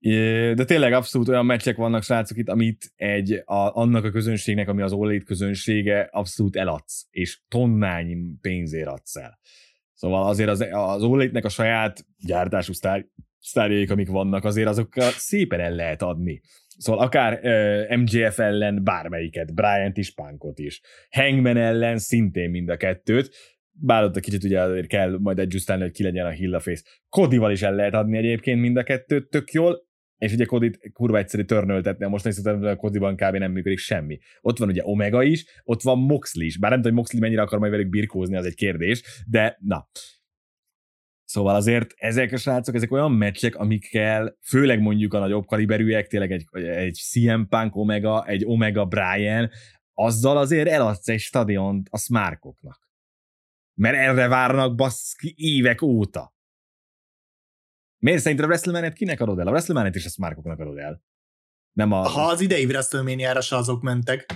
De tényleg abszolút olyan meccsek vannak, srácok itt, amit egy, a, annak a közönségnek, ami az All Elite közönsége, abszolút eladsz, és tonnányi pénzért adsz el. Szóval azért az, az All Elite-nek a saját gyártású sztár, sztárjaik, amik vannak, azért azokkal szépen el lehet adni. Szóval akár uh, em jé ef ellen bármelyiket, Bryant is, Punkot is. Hangman ellen szintén mind a kettőt, bár ott a kicsit ugye azért kell majd adjustálni, hogy ki legyen a heel a face. Codyval is el lehet adni egyébként mind a kettőt tök jól, és ugye Codyt kurva egyszerű törnöltetni, most néztem, hogy a Codyban kb. Nem működik semmi. Ott van ugye Omega is, ott van Moxley is, bár nem tudom, hogy Moxley mennyire akar majd velük birkózni, az egy kérdés, de na. Szóval azért ezek a srácok, ezek olyan meccsek, amikkel főleg mondjuk a nagyobb kaliberűek, tényleg egy, egy cé em Punk Omega, egy Omega Bryan, azzal azért eladsz egy stadiont a szmárkoknak. Mert erre várnak baszki évek óta. Miért szerinted a WrestleMania-t kinek adod el? A WrestleMania-t is a szmárkoknak adod el. Nem a...
Ha az idei WrestleMania-ra se azok mentek.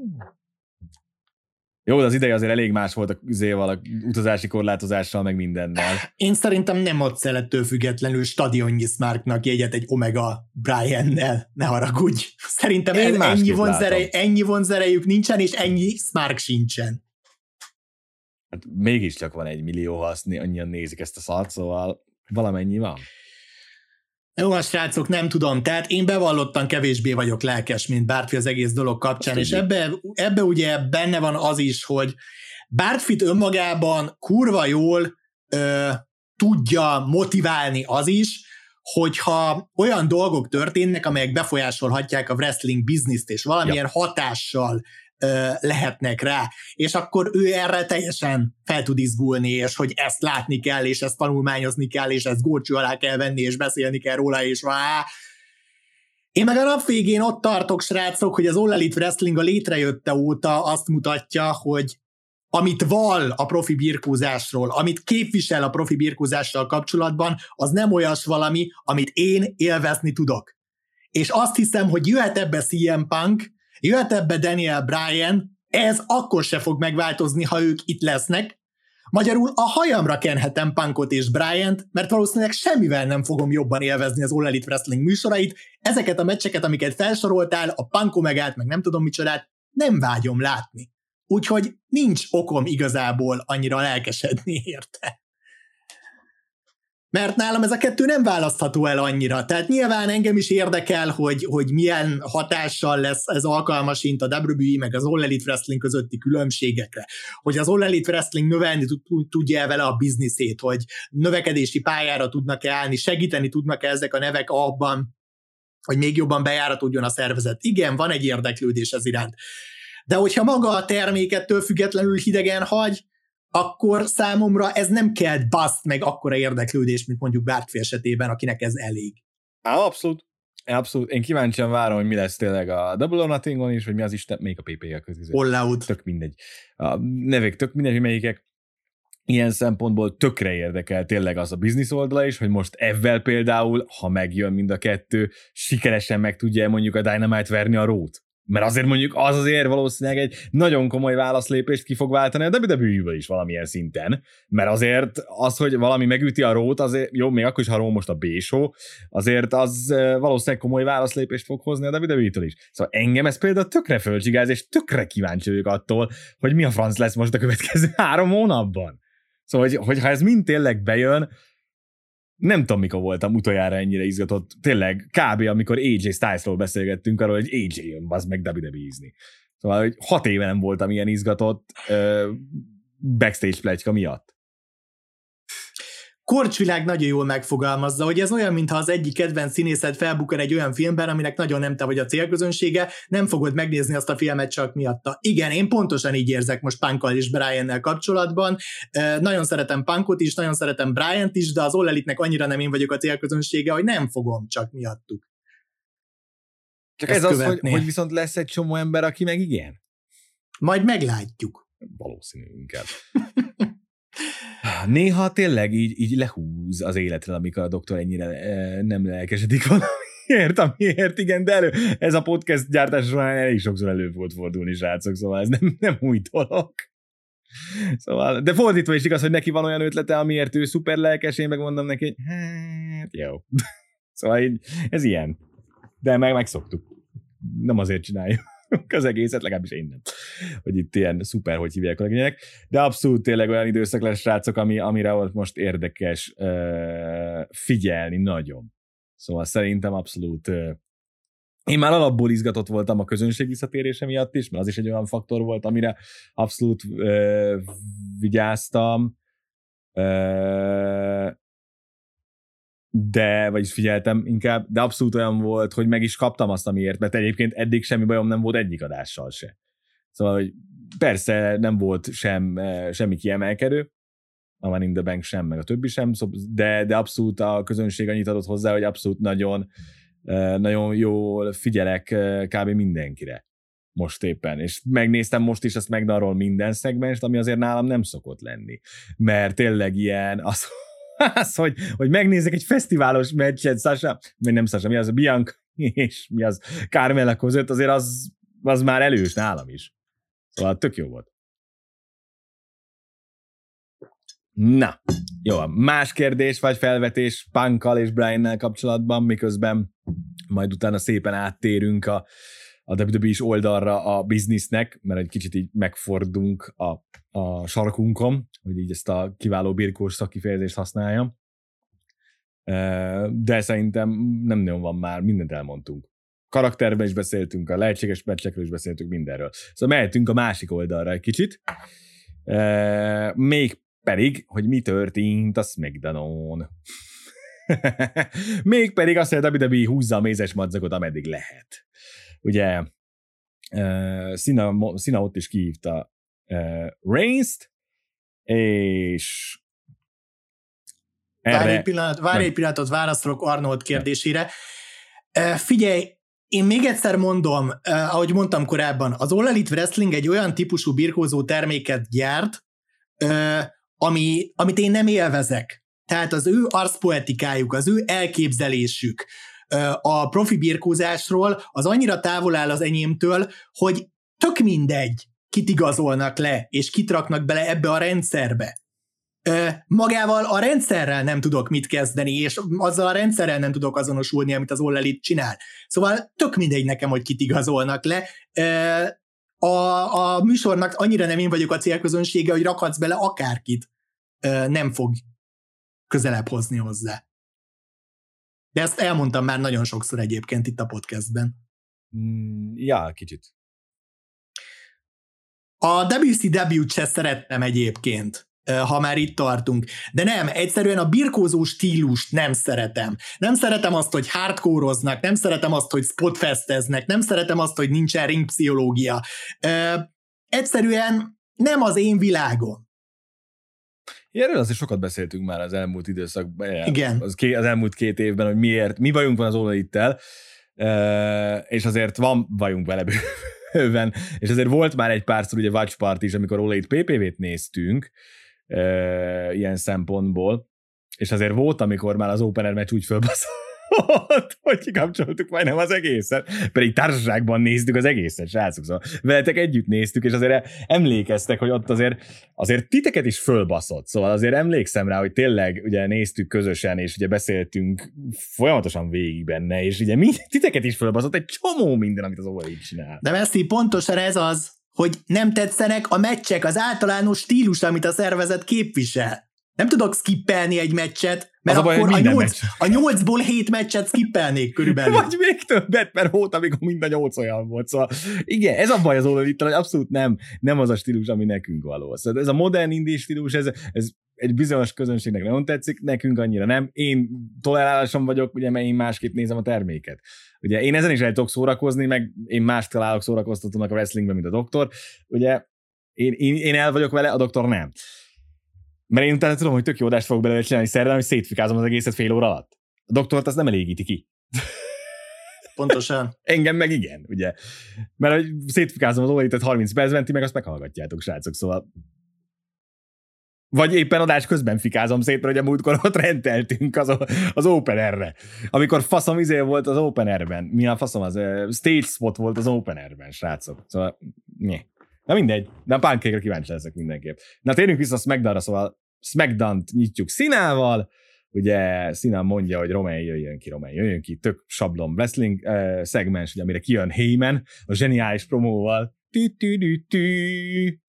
Jó, de az ideje azért elég más volt a, azért, a utazási korlátozással, meg mindennel.
Én szerintem nem adsz el ettől függetlenül stadionnyi Smarknak jegyet egy Omega Bryannel, ne haragudj. Szerintem ez, ennyi, vonzerej, ennyi vonzerejük nincsen, és ennyi Smark sincsen.
Hát mégiscsak van egy millió, ha azt annyian nézik ezt a szart, szóval valamennyi van.
Jó, a srácok, nem tudom, tehát én bevallottan kevésbé vagyok lelkes, mint Bártfi az egész dolog kapcsán, azt és ebbe, ebbe ugye benne van az is, hogy Bártfit önmagában kurva jól ö, tudja motiválni az is, hogyha olyan dolgok történnek, amelyek befolyásolhatják a wrestling bizniszt, és valamilyen ja. hatással ö, lehetnek rá, és akkor ő erre teljesen fel tud izgulni, és hogy ezt látni kell, és ezt tanulmányozni kell, és ezt górcső alá kell venni, és beszélni kell róla, és vá. Én meg a nap végén ott tartok, srácok, hogy az All Elite Wrestling a létrejötte óta azt mutatja, hogy amit vall a profi birkózásról, amit képvisel a profi birkózással kapcsolatban, az nem olyas valami, amit én élvezni tudok. És azt hiszem, hogy jöhet ebbe cé em Punk, jöhet ebbe Daniel Bryan, ez akkor se fog megváltozni, ha ők itt lesznek. Magyarul a hajamra kenhetem Punkot és Bryant, mert valószínűleg semmivel nem fogom jobban élvezni az All Elite Wrestling műsorait. Ezeket a meccseket, amiket felsoroltál, a Punk Omegát, meg nem tudom micsodát, nem vágyom látni. Úgyhogy nincs okom igazából annyira lelkesedni érte. Mert nálam ez a kettő nem választható el annyira. Tehát nyilván engem is érdekel, hogy, hogy milyen hatással lesz ez alkalmasint a dupla vé dupla vé e meg az All Elite Wrestling közötti különbségekre. Hogy az All Elite Wrestling növelni tudja vele a bizniszét, hogy növekedési pályára tudnak-e állni, segíteni tudnak-e ezek a nevek abban, hogy még jobban bejáratódjon a szervezet. Igen, van egy érdeklődés ez iránt. De hogyha maga a termékettől függetlenül hidegen hagy, akkor számomra ez nem kelt baszt meg akkora érdeklődés, mint mondjuk Bártfi esetében, akinek ez elég.
Á, abszolút. Abszolút. Én kíváncsian várom, hogy mi lesz tényleg a Double or Nothingon is, hogy mi az Isten, még a pé pé-vel közül.
All Out.
Tök mindegy. A nevek tök mindegy, hogy melyikek. Ilyen szempontból tökre érdekel tényleg az a biznisz oldala is, hogy most ebben például, ha megjön mind a kettő, sikeresen meg tudja mondjuk a Dynamite verni a Raw-t. Mert azért mondjuk az azért valószínűleg egy nagyon komoly válaszlépést ki fog váltani a dupla vé dupla vé-ből is valamilyen szinten. Mert azért az, hogy valami megüti a Raw-t, azért, jó, még akkor is, ha Raw most a B-show, azért az valószínűleg komoly válaszlépést fog hozni a dupla vé dupla vé-től is. Szóval engem ez például tökre fölcsigáz, és tökre kíváncsi vagyok attól, hogy mi a franc lesz most a következő három hónapban. Szóval, hogy, hogyha ez mind tényleg bejön, nem tudom, mikor voltam utoljára ennyire izgatott. Tényleg, kb. Amikor á jé Stylesról beszélgettünk arról, hogy á jé jön, bazd meg dupla vé dupla vé-zni. Szóval, hogy hat éve nem voltam ilyen izgatott uh, backstage pletyka miatt.
Korcsvilág nagyon jól megfogalmazza, hogy ez olyan, mintha az egyik kedvenc színészed felbukkan egy olyan filmben, aminek nagyon nem te vagy a célközönsége, nem fogod megnézni azt a filmet csak miatta. Igen, én pontosan így érzek most Punkkal és Bryannel kapcsolatban. E, nagyon szeretem Punkot is, nagyon szeretem Bryant is, de az All Elite-nek annyira nem én vagyok a célközönsége, hogy nem fogom csak miattuk.
Csak Ezt ez követni. az, hogy, hogy viszont lesz egy csomó ember, aki meg igen?
Majd meglátjuk.
Valószínű inkább. Néha tényleg így, így lehúz az életre, amikor a doktor ennyire e, nem lelkesedik valamiért, amiért igen, de elő, ez a podcast gyártás során elég sokszor elő volt fordulni, srácok, szóval ez nem, nem új dolog. Szóval, de fordítva is igaz, hogy neki van olyan ötlete, amiért ő szuper lelkes, én megmondom neki, hogy hát jó. Szóval így, ez ilyen. De meg megszoktuk. Nem azért csináljuk az egészet, legalábbis én nem. Hogy itt ilyen szuper, hogy hívják a legények. De abszolút tényleg olyan időszak lesz, srácok, ami, amire volt most érdekes uh, figyelni nagyon. Szóval szerintem abszolút uh, én már alapból izgatott voltam a közönség visszatérése miatt is, mert az is egy olyan faktor volt, amire abszolút uh, vigyáztam. Uh, de, vagyis figyeltem inkább, de abszolút olyan volt, hogy meg is kaptam azt, amiért, mert egyébként eddig semmi bajom nem volt egyik adással se. Szóval, hogy persze nem volt sem, semmi kiemelkedő, a Money in the Bank sem, meg a többi sem, de, de abszolút a közönség annyit adott hozzá, hogy abszolút nagyon, nagyon jól figyelek kb. Mindenkire most éppen, és megnéztem most is a SmackDownról minden szegmenst, ami azért nálam nem szokott lenni, mert tényleg ilyen az, az hogy, hogy megnézek egy fesztiválos meccset, Sasha, vagy nem Sasha, mi az a Bianca és mi az Carmella között, azért az, az már elős nálam is. Szóval tök jó volt. Na, jó, más kérdés vagy felvetés Punkkal és Bryannel kapcsolatban, miközben majd utána szépen áttérünk a, a dupla vé dupla vé-s oldalra a biznisznek, mert egy kicsit így megfordunk a, a sarkunkon, hogy így ezt a kiváló birkós szakkifejezést használjam. De szerintem nem nagyon van már, mindent elmondtunk. Karakterben is beszéltünk, a lehetséges meccsekről is beszéltünk, mindenről. Szóval mehetünk a másik oldalra egy kicsit. Még pedig, hogy mi történt a SmackDown-on. Még pedig azt, hogy a dupla vé dupla vé húzza a mézes madzagot, ameddig lehet. Ugye uh, Cena, Cena ott is kihívta uh, Reigns-t, és
erre... Várj egy, pillanat, várj egy pillanatot, válaszolok Arnold kérdésére. Uh, figyelj, én még egyszer mondom, uh, ahogy mondtam korábban, az All Elite Wrestling egy olyan típusú birkózó terméket gyárt, uh, ami, amit én nem élvezek. Tehát az ő arszpoetikájuk, az ő elképzelésük a profi birkózásról az annyira távol áll az enyémtől, hogy tök mindegy, kit igazolnak le, és kit raknak bele ebbe a rendszerbe. Magával a rendszerrel nem tudok mit kezdeni, és azzal a rendszerrel nem tudok azonosulni, amit az All Elite csinál. Szóval tök mindegy nekem, hogy kit igazolnak le. A, a műsornak annyira nem én vagyok a célközönsége, hogy rakhatsz bele akárkit, nem fog közelebb hozni hozzá. De ezt elmondtam már nagyon sokszor egyébként itt a podcastben.
Mm, ja, kicsit.
A dupla vé cé dupla vé-t se szerettem egyébként, ha már itt tartunk. De nem, egyszerűen a birkózó stílust nem szeretem. Nem szeretem azt, hogy hardcore-oznak, nem szeretem azt, hogy spotfesteznek, nem szeretem azt, hogy nincsen ringpszichológia. Egyszerűen nem az én világom.
Erről azért sokat beszéltünk már az elmúlt időszakban.
Igen.
Az, az elmúlt két évben, hogy miért, mi bajunk van az All Elite-tel, és azért van bajunk vele bőven, és azért volt már egy párszor ugye Watch Party is, amikor All Elite pé pé vé-t néztünk, ilyen szempontból, és azért volt, amikor már az opener meccs úgy fölbaszott, hogy kikapcsoltuk majdnem az egészet, pedig társaságban néztük az egészet, srácok, szóval veletek együtt néztük, és azért emlékeztek, hogy ott azért, azért titeket is fölbaszott, szóval azért emlékszem rá, hogy tényleg ugye néztük közösen, és ugye beszéltünk folyamatosan végig benne, és ugye mi, titeket is fölbaszott egy csomó minden, amit az All Elite csinál.
De Messi, pontosan ez az, hogy nem tetszenek a meccsek, az általános stílus, amit a szervezet képvisel. Nem tudok skippelni egy meccset, mert a baj, akkor a, nyolc, meccs. a nyolcból hét meccset skippelnék körülbelül.
Vagy még többet, mert volt, amikor mind a nyolc olyan volt. Szóval igen, ez a baj az All Elite-tel, hogy abszolút nem, nem az a stílus, ami nekünk való. Szóval ez a modern indie stílus, ez, ez egy bizonyos közönségnek nagyon tetszik, nekünk annyira nem. Én tolerálásom vagyok, ugye, mert én másképp nézem a terméket. Ugye én ezen is el tudok szórakozni, meg én más találok szórakoztatónak a wrestlingben, mint a doktor. Ugye én, én, én el vagyok vele, a doktor nem. Mert én utána tudom, hogy tök jó adást fogok belőle csinálni szerdán, hogy szétfikázom az egészet fél óra alatt. A doktort az nem elégíti ki.
Pontosan.
Engem meg igen, ugye. Mert hogy szétfikázom az All Elite-et harminc percben, ti meg azt meghallgatjátok, srácok, szóval. Vagy éppen adás közben fikázom szét, mert ugye múltkor ott rendeltünk az, az openerre. Amikor faszom izé volt az openerben. Mi a faszom az? Uh, stage spot volt az openerben, srácok. Szóval, nye. Na mindegy, de a Pancake-re kíváncsi leszek mindenképp. Na térjünk vissza a SmackDown-ra, szóval SmackDown-t nyitjuk Cinával, ugye Cena mondja, hogy Roman jöjjön ki, Roman jöjjön ki, tök sablon wrestling uh, szegmens, ugye, amire kijön Heyman a zseniális promóval. Tü-tü-tü-tü.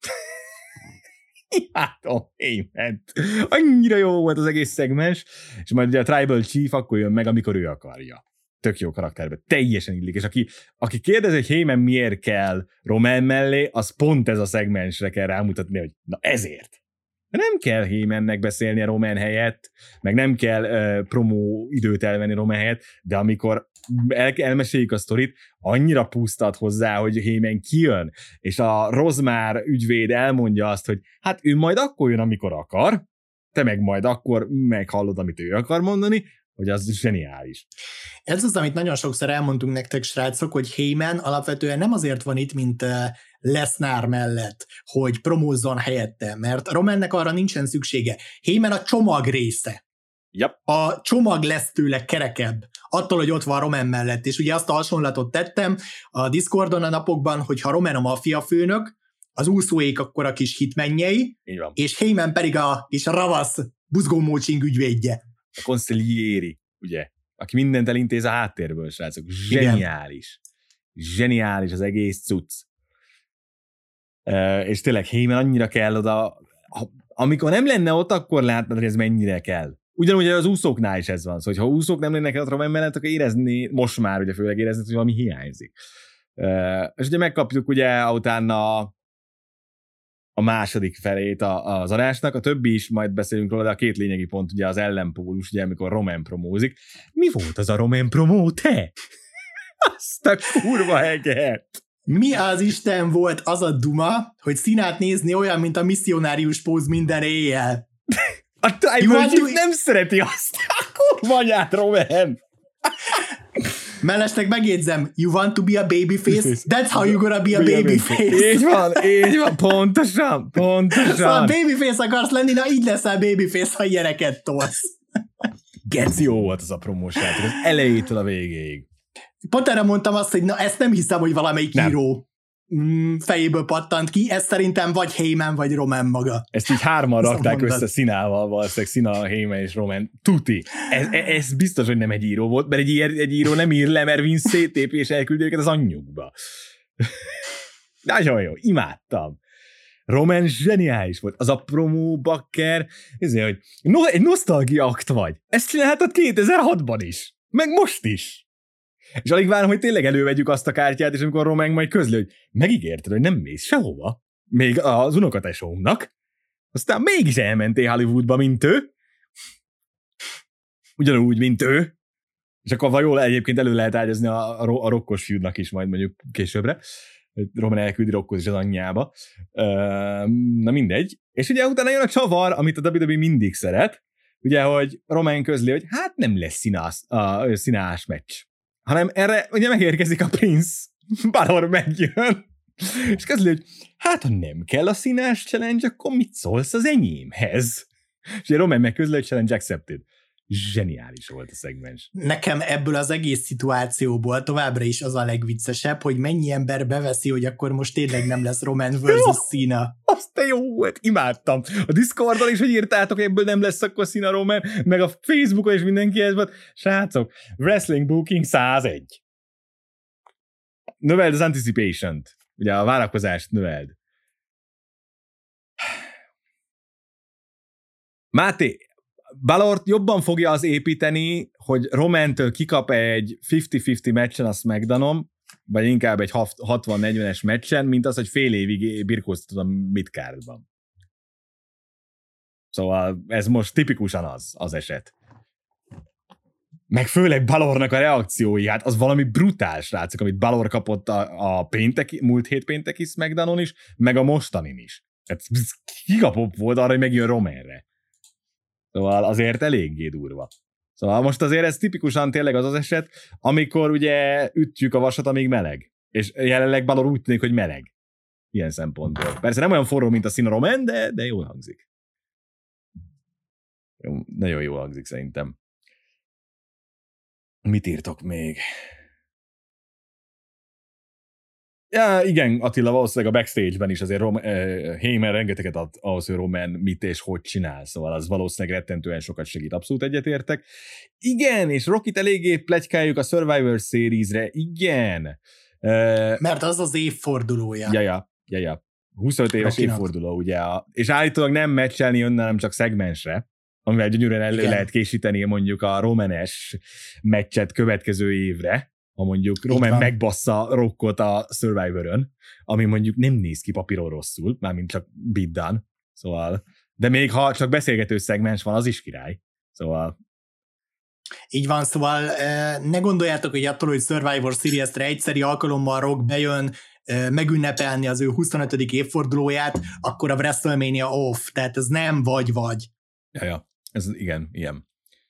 Imádom Heyman-t. Annyira jó volt az egész szegmens, és majd ugye a Tribal Chief akkor jön meg, amikor ő akarja. Tök jó karakterben, teljesen illik, és aki, aki kérdezi, hogy Heyman miért kell Roman mellé, az pont ez a szegmensre kell rámutatni, hogy na ezért. De nem kell Heymannek beszélni a Roman helyett, meg nem kell uh, promó időt elvenni Roman helyett, de amikor el, elmeséljük a sztorit, annyira pusztat hozzá, hogy Heyman kijön, és a Rozmár ügyvéd elmondja azt, hogy hát ő majd akkor jön, amikor akar, te meg majd akkor meghallod, amit ő akar mondani, hogy az zseniális.
Ez az, amit nagyon sokszor elmondtunk nektek, srácok, hogy Heyman alapvetően nem azért van itt, mint Lesnar mellett, hogy promózzon helyette, mert Romannek arra nincsen szüksége. Heyman a csomag része.
Yep.
A csomag lesz tőle kerekebb, attól, hogy ott van Roman mellett, és ugye azt a hasonlatot tettem a Discordon a napokban, hogy ha Roman a maffia főnök, az úszóék akkor a kis hitmenjei, és Heyman pedig a kis ravasz buzgómócsing ügyvédje.
A consiglieri, ugye, aki mindent elintéz a háttérből, srácok. Zseniális. Igen. Zseniális az egész cucc. Uh, és tényleg Heyman annyira kell oda, amikor nem lenne ott, akkor látnád, hogy ez mennyire kell. Ugyanúgy az úszóknál is ez van, szóval, ha úszók nem lennek ott Roman mellett, akkor érezni, most már ugye főleg érezni, hogy valami hiányzik. Uh, és ugye megkapjuk ugye utána a második felét az adásnak, a többi is majd beszélünk róla, de a két lényegi pont ugye az ellenpólus, ugye amikor Roman promózik. Mi volt az a Roman promó, te? Azt a kurva heget!
Mi az Isten volt az a duma, hogy Cenát nézni olyan, mint a misszionárius póz minden éjjel?
A Tribal Chief nem szereti azt. A kurva anyát, Roman!
Mellesleg megjegyzem, you want to be a babyface? That's how you gonna be a babyface.
Így van, így van, pontosan, pontosan.
Szóval babyface akarsz lenni, na így leszel babyface, ha ilyeneket tolsz.
Geci jó volt az a promósátok, az elejétől a végéig.
Pont erre mondtam azt, hogy na ezt nem hiszem, hogy valamelyik nem. író fejéből pattant ki, ez szerintem vagy Heyman, vagy Roman maga.
Ezt így hárman rakták össze Cinával, valószínűleg Cena, Heyman és Roman. Tuti. Ez, ez biztos, hogy nem egy író volt, mert egy, egy író nem ír le, mert Vince széttépi és elküldi őket az anyjukba. Nagyon jó, imádtam. Roman zseniális volt. Az a promó bakker, ezért, hogy no, egy nosztalgia akt vagy. Ezt csináltad kétezer-hatban is. Meg most is. És alig várom, hogy tényleg elővegyük azt a kártyát, és amikor Roman majd közli, hogy megígérted, hogy nem mész sehova, még az unokatesómnak, aztán mégis elmentél Hollywoodba, mint ő. Ugyanúgy, mint ő. És akkor ha jól egyébként elő lehet ágyazni a, a, a rokkos fiúdnak is majd mondjuk későbbre. Roman elküldi Rokkot is az anyjába. Na mindegy. És ugye utána jön a csavar, amit a dupla vé dupla vé mindig szeret, ugye, hogy Roman közli, hogy hát nem lesz színás, a színás meccs. Hanem erre ugye megérkezik a Prince, Balor megjön, és közli, hogy hát ha nem kell a színás challenge, akkor mit szólsz az enyémhez? És ugye Roman megközli, hogy challenge accepted. Zseniális volt a szegmens.
Nekem ebből az egész szituációból továbbra is az a legviccesebb, hogy mennyi ember beveszi, hogy akkor most tényleg nem lesz Roman versus Cena.
Azt te jó volt, imádtam. A Discordon is, hogy írtátok, hogy ebből nem lesz akkor Cena Roman, meg a Facebookon is mindenki ez volt. Srácok, Wrestling Booking százegy. Növeld az anticipation-t. Ugye a várakozást növeld. Máté, Balort jobban fogja az építeni, hogy Romantől kikap egy fifty-fifty meccsen a SmackDownon, vagy inkább egy hatvan-negyvenes meccsen, mint az, hogy fél évig birkóztatod a midcardban. Szóval ez most tipikusan az, az eset. Meg főleg Balornak a reakciói, hát az valami brutál, srácok, amit Balor kapott a, a pénteki, múlt hét pénteki SmackDownon is, meg a mostanin is. Ez kikapott volt arra, hogy megjön Romanre. Szóval azért eléggé durva. Szóval most azért ez tipikusan tényleg az az eset, amikor ugye ütjük a vasat, amíg meleg. És jelenleg Balor úgy tűnik, hogy meleg. Ilyen szempontból. Persze nem olyan forró, mint a Cena Roman, de, de jól hangzik. Jó, nagyon jól hangzik szerintem. Mit írtok még? Ja, igen, Attila, valószínűleg a backstage-ben is azért Rom- eh, Heyman rengeteget ad ahhoz, hogy Roman mit és hogy csinál, szóval az valószínűleg rettentően sokat segít, abszolút egyetértek. Igen, és Rockit eléggé pletykáljuk a Survivor Series-re, igen.
Uh, Mert az az évfordulója.
Ja, ja, ja, ja. huszonöt éves
Rockynak.
évforduló, ugye, és állítólag nem meccselni jönne, hanem csak szegmensre, amivel gyönyörűen elő igen. lehet készíteni mondjuk a Romanes meccset következő évre, ha mondjuk Roman megbassza Rockot a Survivor-ön, ami mondjuk nem néz ki papíron rosszul, mármint csak beat done, szóval, de még ha csak beszélgető szegmens van, az is király, szóval.
Így van, szóval ne gondoljátok, hogy attól, hogy Survivor Series-re egyszeri alkalommal Rock bejön megünnepelni az ő huszonötödik évfordulóját, akkor a WrestleMania off, tehát ez nem vagy-vagy.
Ja, ja, ez igen, ilyen.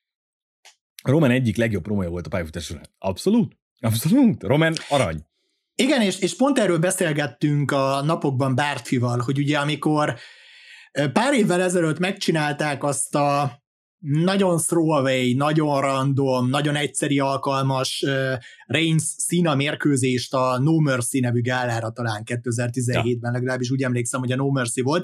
Roman egyik legjobb promója volt a pályafutásra. Abszolút, abszolút. Roman arany.
Igen, és, és pont erről beszélgettünk a napokban Bártfival, hogy ugye amikor pár évvel ezelőtt megcsinálták azt a nagyon throwaway, nagyon random, nagyon egyszeri alkalmas uh, Reigns-Cena mérkőzést a No Mercy nevű gálára talán kétezer-tizenhétben, ja. legalábbis úgy emlékszem, hogy a No Mercy volt,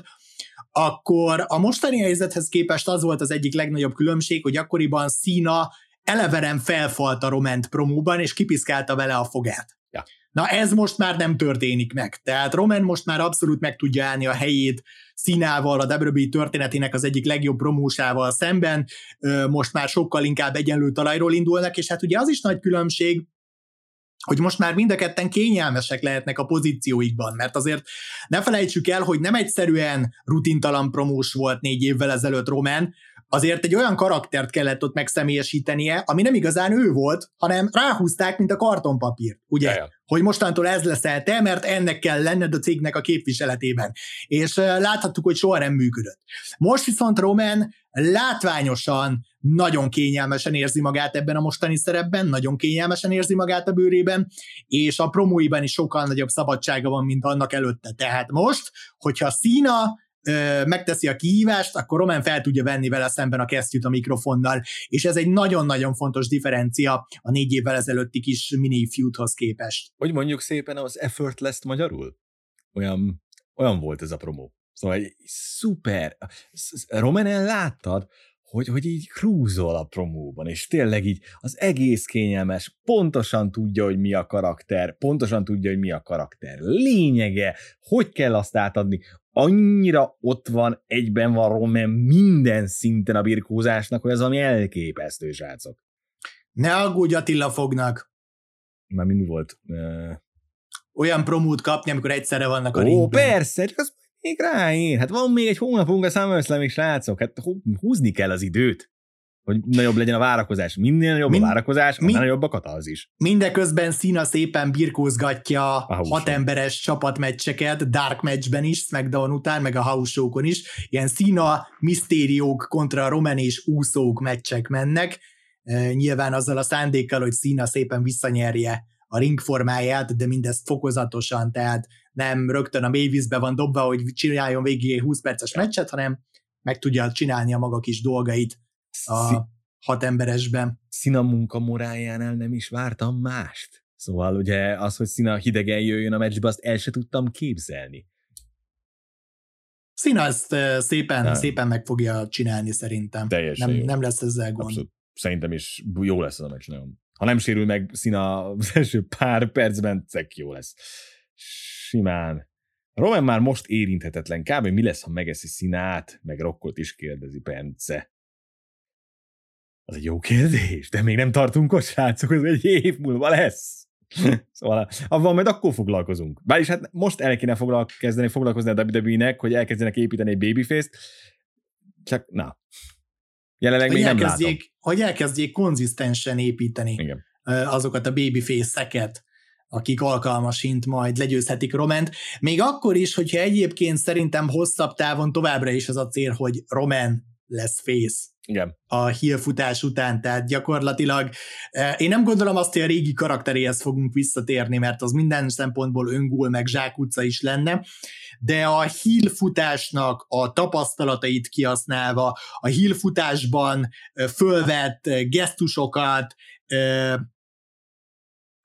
akkor a mostani helyzethez képest az volt az egyik legnagyobb különbség, hogy akkoriban Cena eleveren felfalta Romant promóban, és kipiszkálta vele a fogát.
Ja.
Na ez most már nem történik meg. Tehát Roman most már abszolút meg tudja állni a helyét Cenával, a dupla vé dupla vé történetének az egyik legjobb promósával szemben, most már sokkal inkább egyenlő talajról indulnak, és hát ugye az is nagy különbség, hogy most már mind a ketten kényelmesek lehetnek a pozícióikban, mert azért ne felejtsük el, hogy nem egyszerűen rutintalan promós volt négy évvel ezelőtt Roman, azért egy olyan karaktert kellett ott megszemélyesítenie, ami nem igazán ő volt, hanem ráhúzták, mint a kartonpapírt, ugye? Jaj. Hogy mostantól ez leszel te, mert ennek kell lenned a cégnek a képviseletében. És uh, láthattuk, hogy soha nem működött. Most viszont Roman látványosan nagyon kényelmesen érzi magát ebben a mostani szerepben, nagyon kényelmesen érzi magát a bőrében, és a promóiban is sokkal nagyobb szabadsága van, mint annak előtte. Tehát most, hogyha Cena megteszi a kihívást, akkor Roman fel tudja venni vele szemben a kesztyűt a mikrofonnal, és ez egy nagyon-nagyon fontos differencia a négy évvel ezelőtti kis mini feudhoz képest.
Hogy mondjuk szépen az effortless magyarul? Olyan, olyan volt ez a promó. Szóval szuper. Romanen láttad, hogy, hogy így krúzol a promóban, és tényleg így az egész kényelmes, pontosan tudja, hogy mi a karakter, pontosan tudja, hogy mi a karakter lényege, hogy kell azt átadni. Annyira ott van, egyben van Roman minden szinten a birkózásnak, hogy ez valami elképesztő, srácok.
Ne aggódj, Attila fognak.
Már mi volt? Uh...
Olyan promót kapni, amikor egyszerre vannak a
Ó,
ringben.
persze, csak az még ráér. Hát van még egy hónapunk a SummerSlam-ig, srácok. Hát húzni kell az időt, hogy nagyobb legyen a várakozás. Minél nagyobb Mind, a várakozás, annál nagyobb a katalzis.
Mindeközben Cena szépen birkózgatja
a
hat emberes csapatmeccseket, Dark Matchben is, SmackDown után, meg a House Show-kon is. Ilyen Cena misztériók kontra Roman és úszók meccsek mennek. E, nyilván azzal a szándékkal, hogy Cena szépen visszanyerje a ringformáját, de mindezt fokozatosan, tehát nem rögtön a mélyvízbe van dobva, hogy csináljon végig húsz perces meccset, hanem meg tudja csinálni a maga kis dolgait a Szi- hat emberesben.
Cena munkamorájánál nem is vártam mást. Szóval ugye az, hogy Cena hidegen jöjjön a meccsbe, azt el se tudtam képzelni.
Cena ezt szépen, nem. szépen meg fogja csinálni szerintem.
Teljesen
nem,
jó.
nem lesz ezzel gond.
Abszolút. Szerintem is jó lesz az a meccs. Nagyon. Ha nem sérül meg Cena az első pár percben, cek jó lesz. Simán. Roman már most érinthetetlen. Kb. Mi lesz, ha megeszi Cenát? Meg Rockot is kérdezi Pence. Az egy jó kérdés, de még nem tartunk ott, srácok, az egy év múlva lesz. Szóval avval majd akkor foglalkozunk. Bár hát most el kéne foglalkozni, kezdeni foglalkozni a dupla vé dupla vé-nek, hogy elkezdjenek építeni egy babyface-t, csak na. Jelenleg hogy még nem látom.
Hogy elkezdjék konzisztensen építeni
Igen.
azokat a babyface-eket, akik alkalmasint majd legyőzhetik Romant. Még akkor is, hogyha egyébként szerintem hosszabb távon továbbra is az a cél, hogy Roman lesz face.
Igen.
A heel futás után, tehát gyakorlatilag én nem gondolom azt, hogy a régi karakteréhez fogunk visszatérni, mert az minden szempontból öngól meg zsákutca is lenne, de a heel futásnak a tapasztalatait kihasználva, a heel futásban fölvett gesztusokat,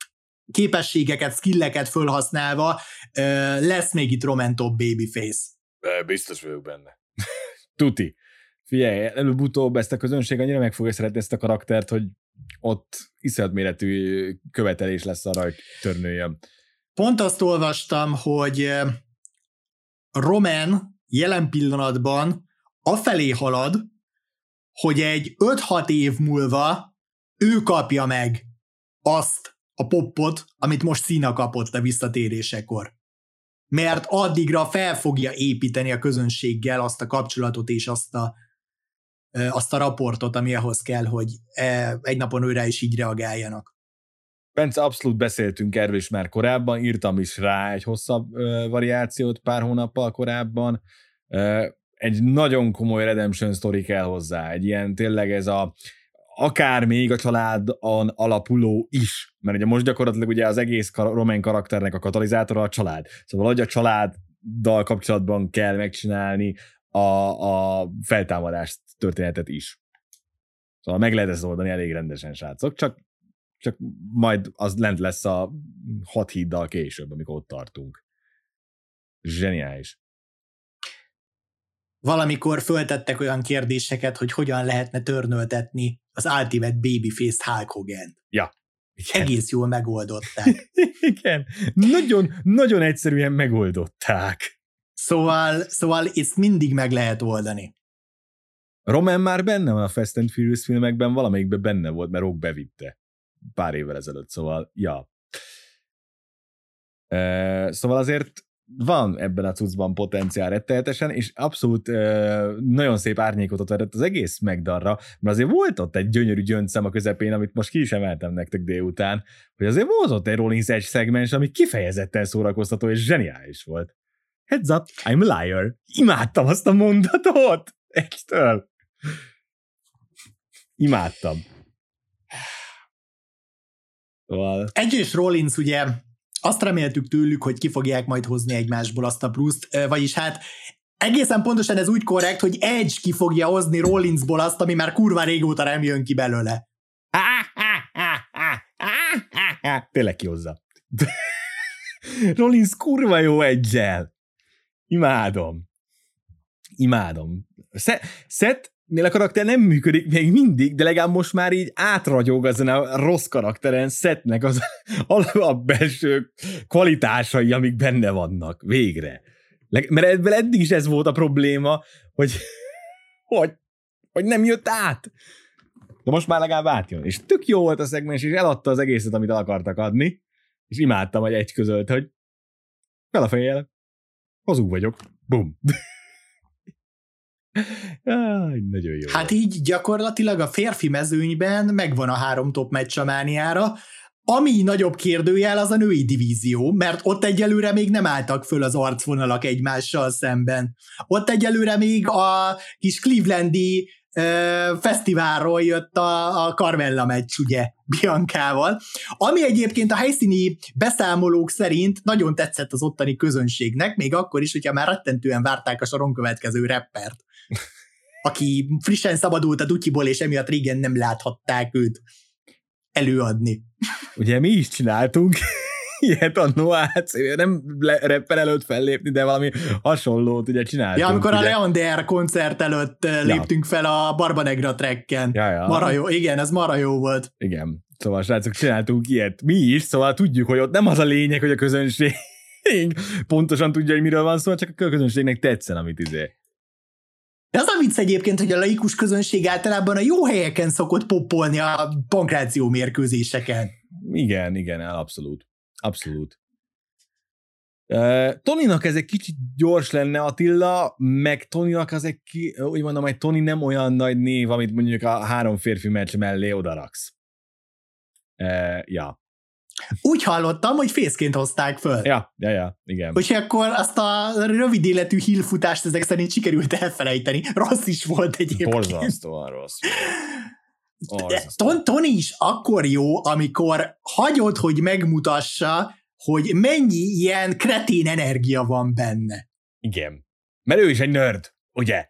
képességeket, skilleket fölhasználva lesz még itt Roman top babyface.
Biztos vagyok benne. Tuti. Figyelj, előbb-utóbb ezt a közönség annyira meg fogja szeretni ezt a karaktert, hogy ott iszonyat méretű követelés lesz arra, hogy törnőjön.
Pont azt olvastam, hogy Roman jelen pillanatban afelé halad, hogy egy öt-hat év múlva ő kapja meg azt a poppot, amit most Cena kapott a visszatérésekor. Mert addigra fel fogja építeni a közönséggel azt a kapcsolatot és azt a, azt a raportot, ami ahhoz kell, hogy egy napon őre is így reagáljanak.
Bence, abszolút beszéltünk erről is már korábban, írtam is rá egy hosszabb ö, variációt pár hónappal korábban. Ö, egy nagyon komoly redemption sztori kell hozzá, egy ilyen tényleg ez a akár még a családon alapuló is, mert ugye most gyakorlatilag ugye az egész Roman karakternek a katalizátora a család. Szóval hogy a családdal kapcsolatban kell megcsinálni a, a feltámadást történetet is. Szóval meg lehet ezt oldani elég rendesen, srácok, csak, csak majd az lent lesz a hat híddal később, amikor ott tartunk. Zseniális.
Valamikor föltettek olyan kérdéseket, hogy hogyan lehetne törnöltetni az Ultimate Babyface Hulk Hogan-t.
Ja. Igen.
Egész jól megoldották.
Igen. Nagyon, nagyon egyszerűen megoldották.
Szóval, szóval ezt mindig meg lehet oldani.
Roman már benne van a Fast and Furious filmekben, valamelyikben benne volt, mert Rock bevitte pár évvel ezelőtt, szóval, ja. E, szóval azért van ebben a cuccban potenciál rettenetesen, és abszolút e, nagyon szép árnyékot adott az egész Megdarra, mert azért volt ott egy gyönyörű gyöngyszem a közepén, amit most ki is emeltem nektek délután, hogy azért volt ott egy Rollins egy szegmens, ami kifejezetten szórakoztató és zseniális volt. Heads up, I'm a liar. Imádtam azt a mondatot! Egytől. Imádtam. Szóval...
Edge és Rollins ugye azt reméltük tőlük, hogy ki fogják majd hozni egymásból azt a pluszt, vagyis hát egészen pontosan ez úgy korrekt, hogy Edge ki fogja hozni Rollinsból azt, ami már kurva régóta nem jön ki belőle.
Tényleg kihozza. Rollins kurva jó Edge-el. Imádom. Imádom. Seth-nél a karakter nem működik még mindig, de legalább most már így átragyog azon a rossz karakteren Sethnek az alapbelső kvalitásai, amik benne vannak. Végre. Mert ebből eddig is ez volt a probléma, hogy, hogy, hogy nem jött át. De most már legalább átjön. És tök jó volt a szegmens, és eladta az egészet, amit el akartak adni, és imádtam, hogy egy közölt, hogy fel a fejjel, hazug vagyok. Bum. Áj, nagyon jó.
Hát így gyakorlatilag a férfi mezőnyben megvan a három top meccs a mániára, ami nagyobb kérdőjel az a női divízió, mert ott egyelőre még nem álltak föl az arcvonalak egymással szemben. Ott egyelőre még a kis clevelandi uh, fesztiválról jött a, a Carmella meccs, ugye, Biancával, ami egyébként a helyszíni beszámolók szerint nagyon tetszett az ottani közönségnek, még akkor is, hogyha már rettentően várták a soron következő rappert, aki frissen szabadult a dutyiból, és emiatt régen nem láthatták őt előadni.
Ugye mi is csináltunk ilyet a Noác, nem rapper előtt fellépni, de valami hasonlót ugye csináltunk.
Ja, amikor
ugye.
a Leander koncert előtt ja. léptünk fel a Barbanegra trekken.
Ja, ja.
Mara jó, igen, ez mara jó volt.
Igen, szóval srácok, csináltunk ilyet mi is, szóval tudjuk, hogy ott nem az a lényeg, hogy a közönség pontosan tudja, hogy miről van szó, csak a közönségnek tetszen, amit izé.
De az a vicc egyébként, hogy a laikus közönség általában a jó helyeken szokott poppolni a pankráció mérkőzéseken.
Igen, igen, abszolút. Abszolút. Uh, Tonynak ez egy kicsit gyors lenne, Attila, meg Tonynak az egy, ki, úgy mondom, hogy Tony nem olyan nagy név, amit mondjuk a három férfi meccs mellé odaraksz. Uh, ja.
Úgy hallottam, hogy fészként hozták föl.
Ja, ja, ja, igen.
Hogy akkor azt a rövid életű hílfutást ezek szerint sikerült elfelejteni. Rossz is volt egyébként.
Borzasztóan rossz.
Ton- Tony is akkor jó, amikor hagyod, hogy megmutassa, hogy mennyi ilyen kretén energia van benne.
Igen. Mert ő is egy nerd, ugye?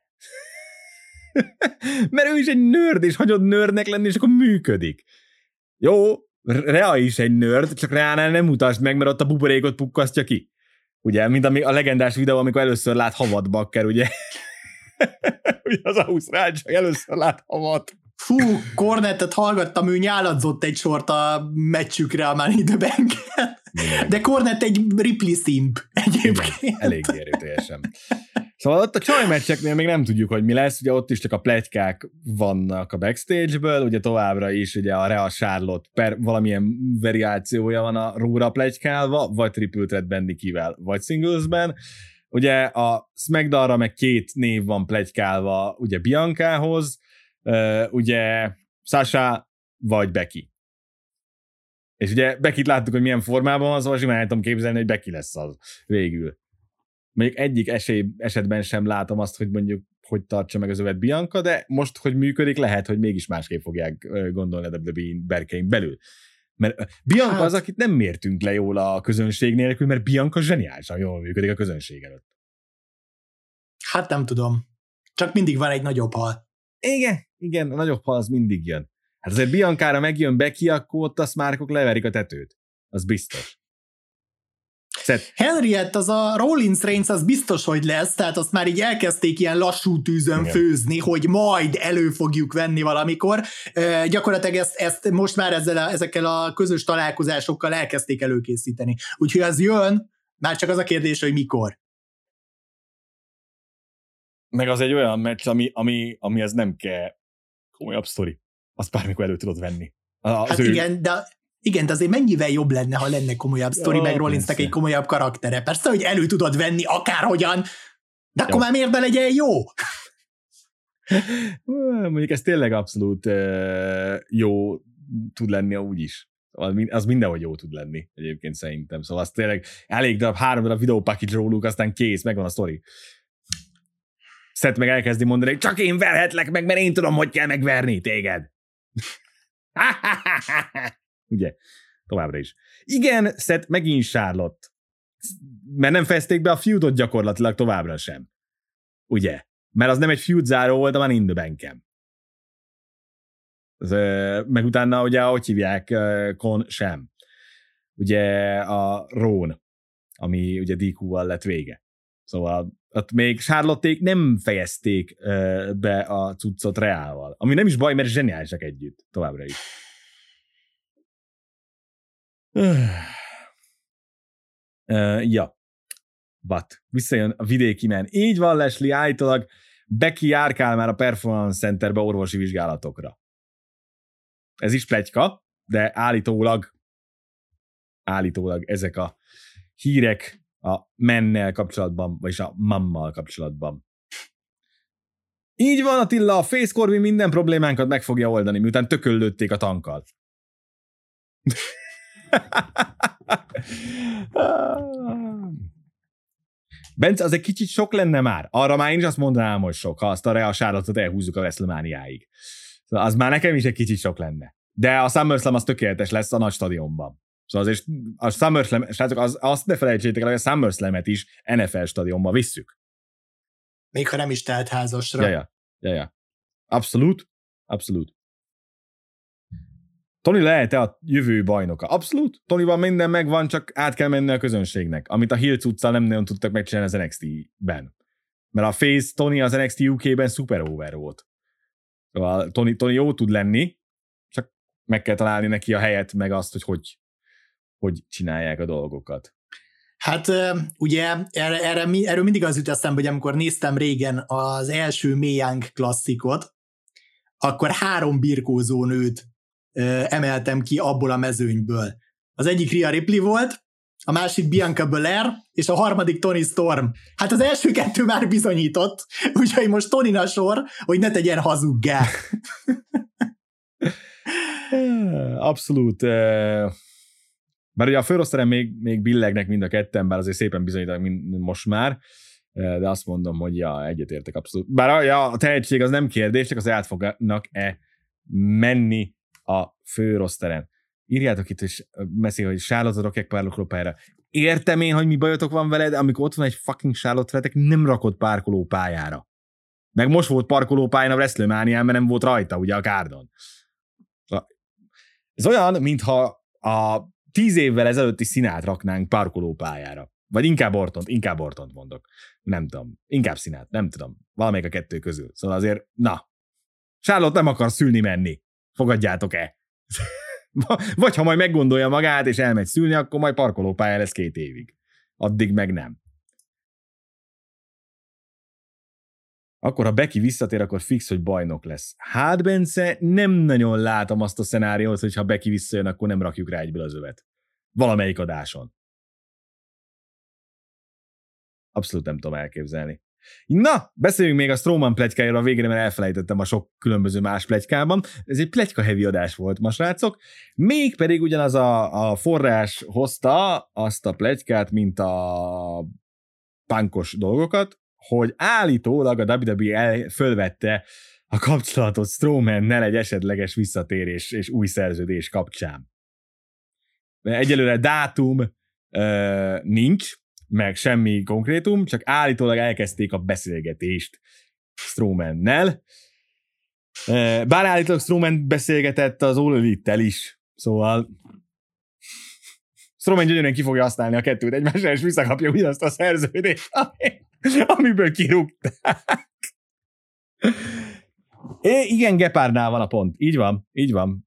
Mert ő is egy nerd, és hagyod nerdnek lenni, és akkor működik. Jó, Rea is egy nerd, csak Reánál nem mutasd meg, mert ott a buborékot pukkasztja ki. Ugye, mint ami a legendás videó, amikor először lát havat Bakker, ugye? Ugye az ausztrál csak először lát havat.
Fú, Cornettet hallgattam, ő nyáladzott egy sort a meccsükre a Money in the Bank-en. De Cornett egy Ripley szimp egyébként.
Igen, elég erőteljesen. Szóval ott a csajmeccseknél még nem tudjuk, hogy mi lesz, ugye ott is csak a pletykák vannak a backstage-ből, ugye továbbra is ugye a Rhea Charlotte per valamilyen variációja van a Raw-ra pletykálva, vagy Triple Threat Nikkivel, vagy singlesben. Ugye a SmackDown-ra meg két név van pletykálva, ugye Biancához, ugye Sasha vagy Becky. És ugye Becky-t láttuk, hogy milyen formában van, szóval simán el tudom képzelni, hogy Becky lesz az végül. Mondjuk egyik esély esetben sem látom azt, hogy mondjuk, hogy tartsa meg az övet Bianca, de most, hogy működik, lehet, hogy mégis másképp fogják gondolni a dupla vé dupla vé berkein belül. Mert Bianca hát... az, akit nem mértünk le jól a közönség nélkül, mert Bianca zseniálisan jól működik a közönség előtt.
Hát nem tudom. Csak mindig van egy nagyobb hal.
Igen, igen, a nagyobb hal az mindig jön. Hát azért Biancára megjön Becky, akkor ott a szmárkok leverik a tetőt. Az biztos.
Szett. Henriette, az a Rollins Reigns, az biztos, hogy lesz, tehát azt már így elkezdték ilyen lassú tűzön igen. főzni, hogy majd elő fogjuk venni valamikor. E, gyakorlatilag ezt, ezt most már ezzel a, ezekkel a közös találkozásokkal elkezdték előkészíteni. Úgyhogy az jön, már csak az a kérdés, hogy mikor.
Meg az egy olyan meccs, ami, ami, ami ez nem kell komolyabb sztori. Azt bármikor elő tudod venni. Az
hát ő... igen, de Igen, de azért mennyivel jobb lenne, ha lenne komolyabb sztori, oh, meg Rollinsnak egy komolyabb karaktere. Persze, hogy elő tudod venni akárhogyan, de akkor jó. Már miért ne legyen jó?
Mondjuk ez tényleg abszolút uh, jó tud lenni úgyis. Az mindenhogy jó tud lenni egyébként szerintem. Szóval az tényleg elég darab, három darab videó package róluk, aztán kész, megvan a sztori. Seth meg elkezdi mondani, hogy csak én verhetlek meg, mert én tudom, hogy kell megverni téged. Ugye? Továbbra is. Igen, Seth megint Charlotte. Mert nem fejezték be a feudot gyakorlatilag továbbra sem. Ugye? Mert az nem egy feud záró volt, a Money in the Bank-en. Meg utána ugye, ahogy hívják, Con sem. Ugye a Rón, ami ugye dé kú-val lett vége. Szóval ott még Charlotte-ék nem fejezték be a cuccot Reával. Ami nem is baj, mert zseniálisak együtt. Továbbra is. Uh, ja. But. Visszajön a vidéki men. Így van, Leslie, állítólag Becky járkál már a Performance Centerbe orvosi vizsgálatokra. Ez is pletyka, de állítólag állítólag ezek a hírek a mennel kapcsolatban, vagyis a mammal kapcsolatban. Így van, Attila, a Face Corbin minden problémánkat meg fogja oldani, miután tököllődték a tankkal. Bence, az egy kicsit sok lenne már. Arra már én is azt mondanám, hogy sok, ha azt a Rhea Charlotte-ot elhúzzuk a WrestleMania-ig. Szóval az már nekem is egy kicsit sok lenne. De a SummerSlam az tökéletes lesz a nagy stadionban. Szóval azért a SummerSlam, srácok, az, azt ne felejtsétek el, hogy a SummerSlam-et is en ef el stadionba visszük.
Még ha nem is telt házasra.
Ja, ja, ja, ja. Abszolút, abszolút. Tony lehet-e a jövő bajnoka? Abszolút. Tonyban minden megvan, csak át kell menni a közönségnek, amit a Hill cuccal nem nagyon tudtak megcsinálni az en iksz té-ben. Mert a Face Tony az en iksz té u ká-ben szuper over volt. Szóval Tony, Tony jó tud lenni, csak meg kell találni neki a helyet, meg azt, hogy hogy, hogy csinálják a dolgokat.
Hát ugye erre, erre, erről mindig az jut eszembe, hogy amikor néztem régen az első Mae Young klasszikot, akkor három birkózó nőt emeltem ki abból a mezőnyből. Az egyik Rhea Ripley volt, a másik Bianca Belair, és a harmadik Toni Storm. Hát az első kettő már bizonyított, úgyhogy most Tonin a sor, hogy ne tegyen hazuggá.
Abszolút. Mert ugye a főroszteren még, még billegnek mind a ketten, bár azért szépen bizonyítanak most már, de azt mondom, hogy ja, egyetértek abszolút. Bár ja, a tehetség az nem kérdés, csak az át fognak-e menni a főroszteren. Írjátok itt, és mesélj, hogy Charlotte rakják párkolópályára. Értem én, hogy mi bajotok van veled, amikor ott van egy fucking Charlotte veletek, nem rakod parkolópályára. Meg most volt parkolópályán a WrestleMania-n, mert nem volt rajta, ugye a kárdon. Ez olyan, mintha a tíz évvel ezelőtti színát raknánk parkolópályára. Vagy inkább Ortont, inkább Ortont mondok. Nem tudom. Inkább színát, nem tudom. Valamelyik a kettő közül. Szóval azért, na. Charlotte nem akar szülni menni. Fogadjátok-e? Vagy ha majd meggondolja magát, és elmegy szülni, akkor majd parkolópálya lesz két évig. Addig meg nem. Akkor, ha Becky visszatér, akkor fix, hogy bajnok lesz. Hát, Bence, nem nagyon látom azt a szenáriót, hogy ha Becky visszajön, akkor nem rakjuk rá egyből az övet. Valamelyik adáson. Abszolút nem tudom elképzelni. Na, beszéljünk még a Strowman pletykájáról a végre, mert elfelejtettem a sok különböző más pletykában. Ez egy pletyka heavy adás volt ma, srácok. Mégpedig ugyanaz a, a forrás hozta azt a pletykát, mint a punkos dolgokat, hogy állítólag a dupla vé dupla vé fölvette a kapcsolatot Strowmannel egy esetleges visszatérés és új szerződés kapcsán. Egyelőre dátum uh, nincs, meg semmi konkrétum, csak állítólag elkezdték a beszélgetést Strowmannel. Uh, bár állítólag Strowman beszélgetett az All Elite-tel is, szóval Strowman gyönyörűen ki fogja használni a kettőt egymásra, és visszakapja ugyanazt a szerződést, amiből kirúgták. É, igen, Gepárdnál van a pont. Így van, így van.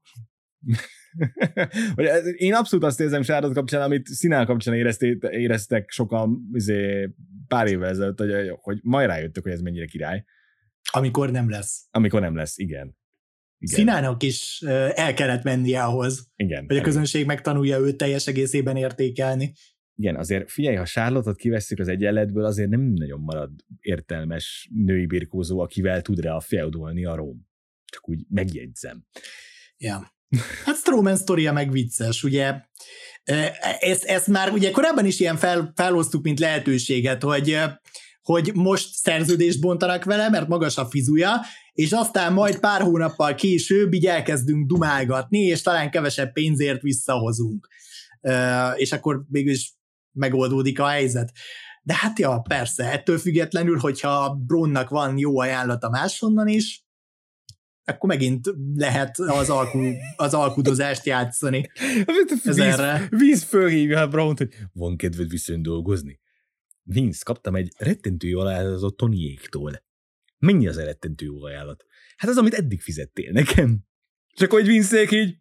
Én abszolút azt érzem Charlotte kapcsán, amit Színál kapcsán érezték, éreztek sokan izé, pár évvel ezelőtt, hogy, hogy majd rájöttök, hogy ez mennyire király.
Amikor nem lesz.
Amikor nem lesz, igen. igen.
Színának is el kellett mennie ahhoz,
igen,
hogy a közönség megtanulja őt teljes egészében értékelni.
Igen, azért figyelj, ha Charlotte-ot kivesszük az egyenletből, azért nem nagyon marad értelmes női birkózó, akivel tud rá feudolni a Róm. Csak úgy megjegyzem.
Ja. Hát Strowman sztoria meg vicces, ugye? Ezt, ezt már ugye korábban is ilyen fel, felhoztuk, mint lehetőséget, hogy, hogy most szerződést bontanak vele, mert magas a fizuja, és aztán majd pár hónappal később így elkezdünk dumálgatni, és talán kevesebb pénzért visszahozunk. És akkor mégis megoldódik a helyzet. De hát ja, persze, ettől függetlenül, hogyha Braunnak van jó ajánlata máshonnan is, akkor megint lehet az, alku, az alkudozást játszani.
Víz, víz fölhívja a Braun-t, hogy van kedved viszont dolgozni. Vince, kaptam egy rettentő jó ajánlatot Tonyéktól. Mennyi az a rettentő jó ajánlat? Hát az, amit eddig fizettél nekem. És akkor egy Vince-ék így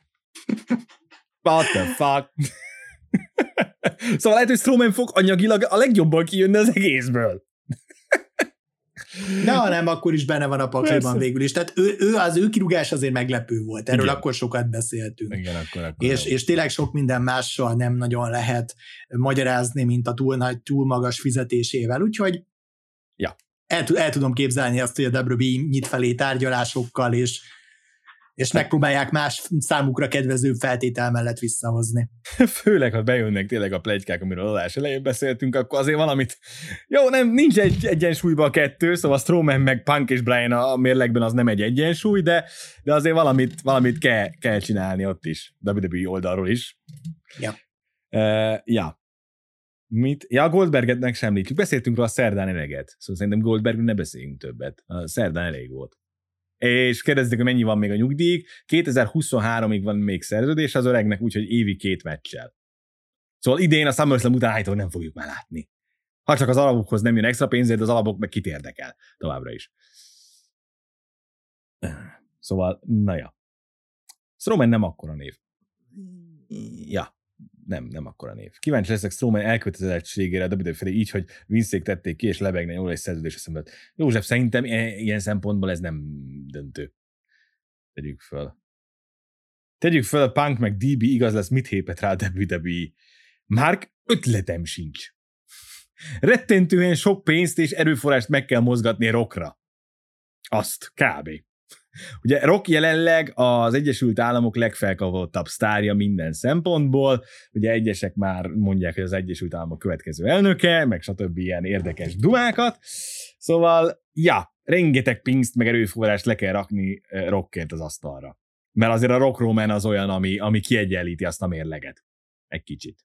what the fuck? Szóval lehet, hogy Strowman fog anyagilag a legjobban kijönni az egészből.
De ha nem, akkor is benne van a pakliban végül is. Tehát ő, ő, az ő kirúgás azért meglepő volt. Erről igen. Akkor sokat beszéltünk.
Igen, akkor, akkor
és, és tényleg sok minden mással nem nagyon lehet magyarázni, mint a túl nagy, túl magas fizetésével. Úgyhogy
ja.
el, el tudom képzelni azt, hogy a dupla vé dupla vé nyit felé tárgyalásokkal, és és megpróbálják más számukra kedvező feltétel mellett visszahozni.
Főleg, ha bejönnek tényleg a pletykák, amiről adás elején beszéltünk, akkor azért valamit... Jó, nem, nincs egy egyensúlyban a kettő, szóval Strowman meg Punk és Bryan a mérlegben az nem egy egyensúly, de, de azért valamit, valamit kell, kell csinálni ott is, dupla vé dupla vé oldalról is.
Ja.
Uh, ja. Mit? Ja, Goldberget sem említjük. Beszéltünk róla a szerdán eleget, szóval szerintem Goldbergről ne beszéljünk többet. A szerdán elég volt. És kérdezték, hogy mennyi van még a nyugdíj. kétezer-huszonháromig van még szerződés az öregnek, úgyhogy évi két meccsel. Szóval idén a SummerSlam után állítólag nem fogjuk már látni. Ha csak az alapokhoz nem jön extra pénzért, de az alapok meg kit érdekel továbbra is. Szóval, na ja. Strowman nem akkora név. Ja, nem, nem akkora név. Kíváncsi leszek Strowman elkötelezettségére a dupla vé dupla vé így, hogy Vince-ék tették ki, és lebegne jól egy szerződés eszembe. József, szerintem ilyen szempontból ez nem döntő. Tegyük föl. Tegyük föl, a Punk meg dé bé igaz lesz, mit hépet rá a dupla vé dupla vé. Márk, ötletem sincs. Rettentően sok pénzt és erőforrást meg kell mozgatni Rockra. Azt, kb. Ugye Rock jelenleg az Egyesült Államok legfelkavottabb sztárja minden szempontból, ugye egyesek már mondják, hogy az Egyesült Államok következő elnöke, meg stb. Ilyen érdekes dumákat, szóval, ja, rengeteg pénzt meg erőforrást le kell rakni Rockért az asztalra. Mert azért a Rock Roman az olyan, ami, ami kiegyenlíti azt a mérleget. Egy kicsit.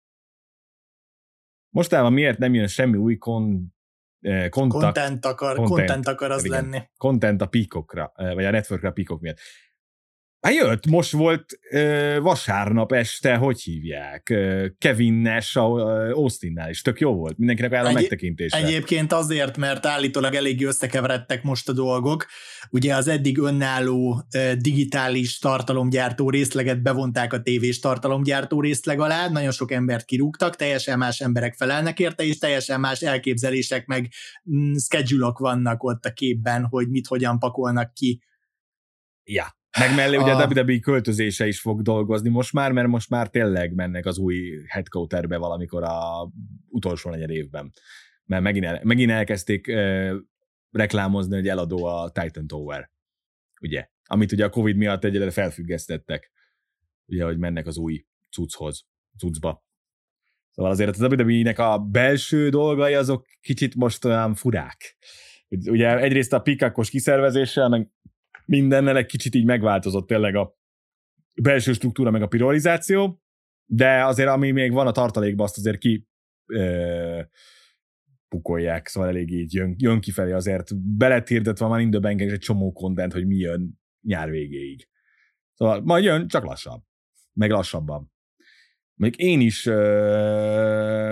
Mostában miért nem jön semmi új kon Kontakt,
content akar, content, content akar az
igen,
lenni.
Content a Peacockra, vagy a Networkra a Peacock miatt. Hát jött, most volt uh, vasárnap este, hogy hívják, uh, Kevin Nash uh, Austinnál is, tök jó volt, mindenkinek áll a megtekintésre.
Egyébként azért, mert állítólag eléggé összekeveredtek most a dolgok, ugye az eddig önálló uh, digitális tartalomgyártó részleget bevonták a tévés tartalomgyártó részleg alá, nagyon sok embert kirúgtak, teljesen más emberek felelnek érte, és teljesen más elképzelések, meg mm, schedule-ok vannak ott a képben, hogy mit hogyan pakolnak ki.
Ja. Meg mellé ugye a dupla vé dupla vé költözése is fog dolgozni most már, mert most már tényleg mennek az új headquarterbe valamikor a utolsó negyed évben. Mert megint, el, megint elkezdték eh, reklámozni, hogy eladó a Titan Tower. Ugye? Amit ugye a Covid miatt egyelőre felfüggesztettek. Ugye, hogy mennek az új cucchoz, cuccba. Szóval azért a dupla vé dupla vé-nek a belső dolgai azok kicsit most olyan furák. Ugye egyrészt a pikakos kiszervezéssel, meg mindennel egy kicsit így megváltozott tényleg a belső struktúra, meg a priorizáció, de azért ami még van a tartalékban, azt azért ki ö, pukolják, szóval elég így jön, jön kifelé azért. Be lett hirdetve már in the bank egy csomó content, hogy mi jön nyár végéig. Szóval majd jön, csak lassabb. Meg lassabban. Még én is ö,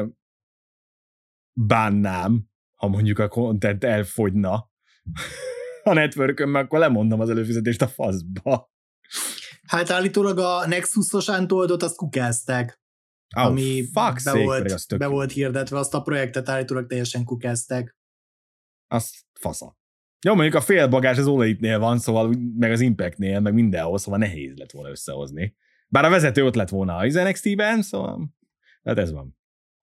bánnám, ha mondjuk a content elfogyna a networkön, akkor lemondom az előfizetést a faszba.
Hát állítólag a Nexus-os Untoldot azt kukázták,
oh,
ami be,
sake,
volt, be volt hirdetve, azt a projektet állítólag teljesen kukázták.
Azt fasza. Jó, mondjuk a félbagás az All-Elite-nél van, szóval meg az Impact-nél, meg mindenhol, szóval nehéz lett volna összehozni. Bár a vezető ott lett volna az en iksz té-ben, szóval hát ez van.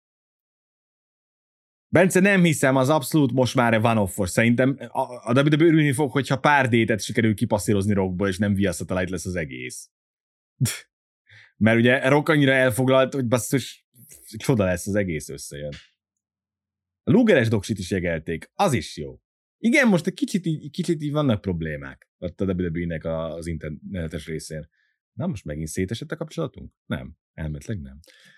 Bence, nem hiszem, az abszolút most már one-off-os. Szerintem a, a dupla vé dupla vé örülni fog, hogyha pár détet sikerül kipasszírozni Rockból, és nem via Satellite lesz az egész. Mert ugye Rock annyira elfoglalt, hogy basszus, csoda lesz, az egész összejön. A Lugeres doksit is jegelték. Az is jó. Igen, most egy kicsit így, kicsit így vannak problémák a dupla vé dupla vé-nek az internetes részén. Na, most megint szétesett a kapcsolatunk? Nem. Elméletileg nem.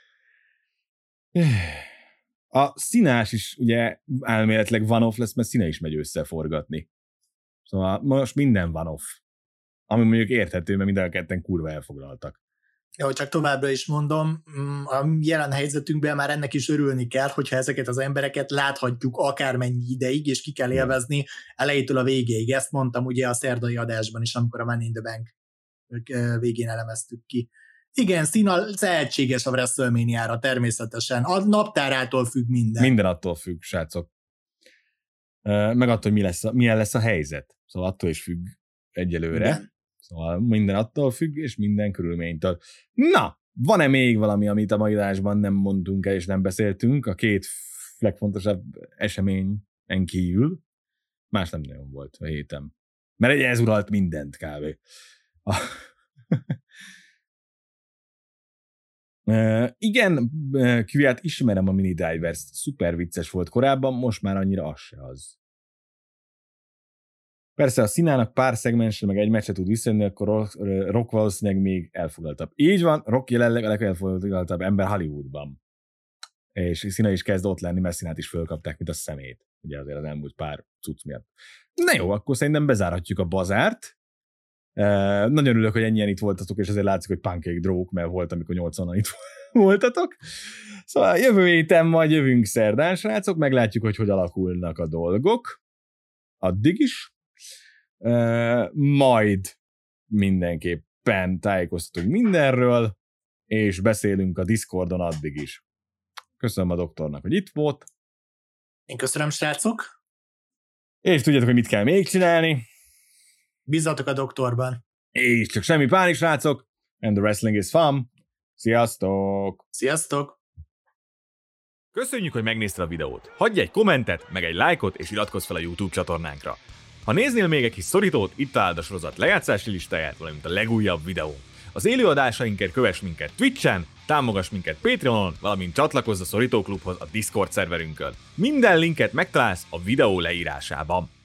A színás is ugye elméletileg one-off lesz, mert színe is megy összeforgatni. Szóval most minden one-off. Ami mondjuk érthető, mert minden a ketten kurva elfoglaltak.
Jó, csak továbbra is mondom, a jelen helyzetünkben már ennek is örülni kell, hogyha ezeket az embereket láthatjuk akármennyi ideig, és ki kell élvezni elejétől a végéig. Ezt mondtam ugye a szerdai adásban is, amikor a Money in the Bank végén elemeztük ki. Igen, Cena lehetséges a WrestleMania-ra természetesen. A naptárától függ minden.
Minden attól függ, srácok. Meg attól, hogy mi lesz a, milyen lesz a helyzet. Szóval attól is függ egyelőre. Igen. Szóval minden attól függ, és minden körülménytől. Na, van-e még valami, amit a mai adásban nem mondtunk el, és nem beszéltünk? A két legfontosabb eseményen kívül. Más nem nagyon volt a héten. Mert ez uralt mindent kávé. Uh, igen, uh, Kviát ismerem a Mini Divers, szuper vicces volt korábban, most már annyira az se az. Persze, a Színának pár szegmensre meg egy meccse tud visszajönni, akkor Rock valószínűleg még elfoglaltabb. Így van, Rock jelenleg a legelfoglaltabb ember Hollywoodban. És Szína is kezd ott lenni, mert Színát is fölkapták, mint a szemét. Ugye azért az elmúlt pár cucc miatt. Na jó, akkor szerintem bezárhatjuk a bazárt. Uh, nagyon örülök, hogy ennyien itt voltatok, és azért látszik, hogy pancake drók, mert volt, amikor nyolcvanan itt voltatok. Szóval jövő héten majd jövünk szerdán, srácok, meglátjuk, hogy hogy alakulnak a dolgok. Addig is. Uh, majd mindenképpen tájékoztatunk mindenről, és beszélünk a Discordon addig is. Köszönöm a doktornak, hogy itt volt.
Én köszönöm, srácok.
És tudjátok, hogy mit kell még csinálni.
Bízzatok a doktorban.
És csak semmi pánik, srácok. And the wrestling is fun. Sziasztok!
Sziasztok!
Köszönjük, hogy megnézted a videót. Hagyj egy kommentet, meg egy lájkot, és iratkozz fel a YouTube csatornánkra. Ha néznél még egy kis szorítót, itt találd a sorozat lejátszási listáját, valamint a legújabb videó. Az élőadásainkért kövess minket Twitchen, támogass minket Patreonon, valamint csatlakozz a Szorítóklubhoz a Discord szerverünkön. Minden linket megtalálsz a videó leírásában.